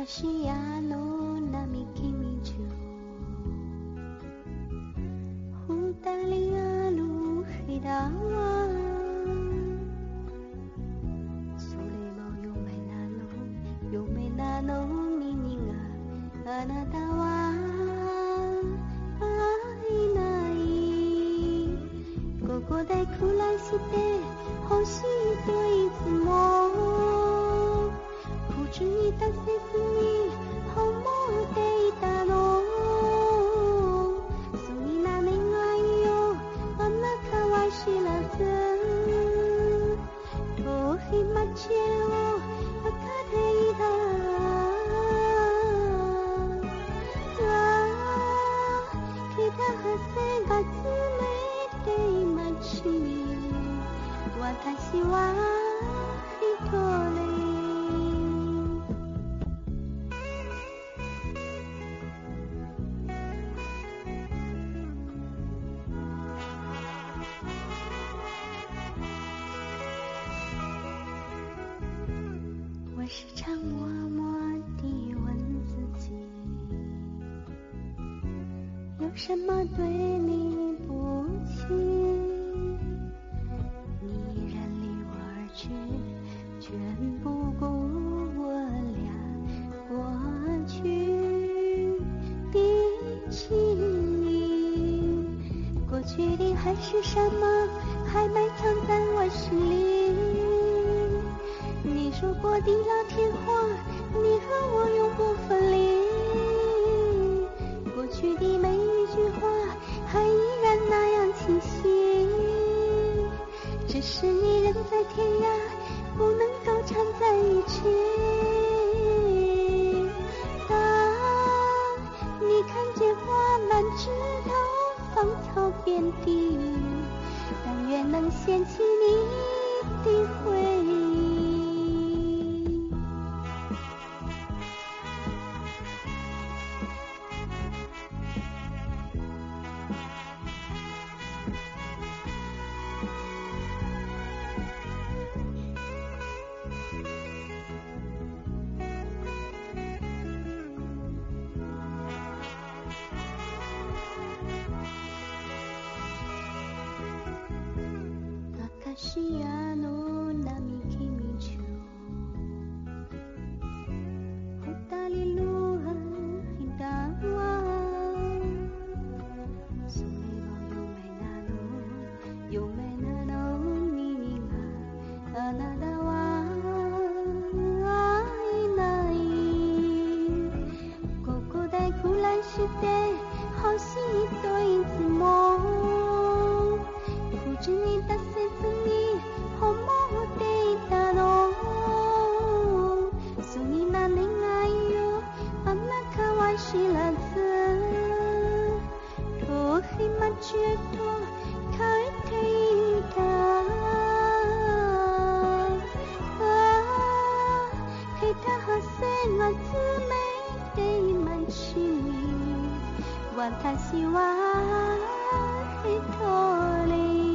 しあの並木道二人歩いたわそれも夢なのにがあなたは会えないここで暮らしてほしいといつも口に出せずに思っていたのそんな願いをあなたは知らず遠い街を渡っていた北風が冷てい街に私は一人我时常默默地问自己有什么对你不起你人离我而去全不顾我俩过去的情谊过去的还是什么还埋藏在我心里你说过地老天荒你和我永不分离过去的每一句话还依然那样清晰只是你人在天涯不能够缠在一起当你看见花满枝头芳草遍地但愿能掀起你的回忆あの並木道二人歩いたわそれも夢なのにがあなたは会えないここで暮らしてほしいといつも口に出せずに思っていたのそんな願いをあなたは知らず遠い街へと帰っていた北風が冷てい街に私は一人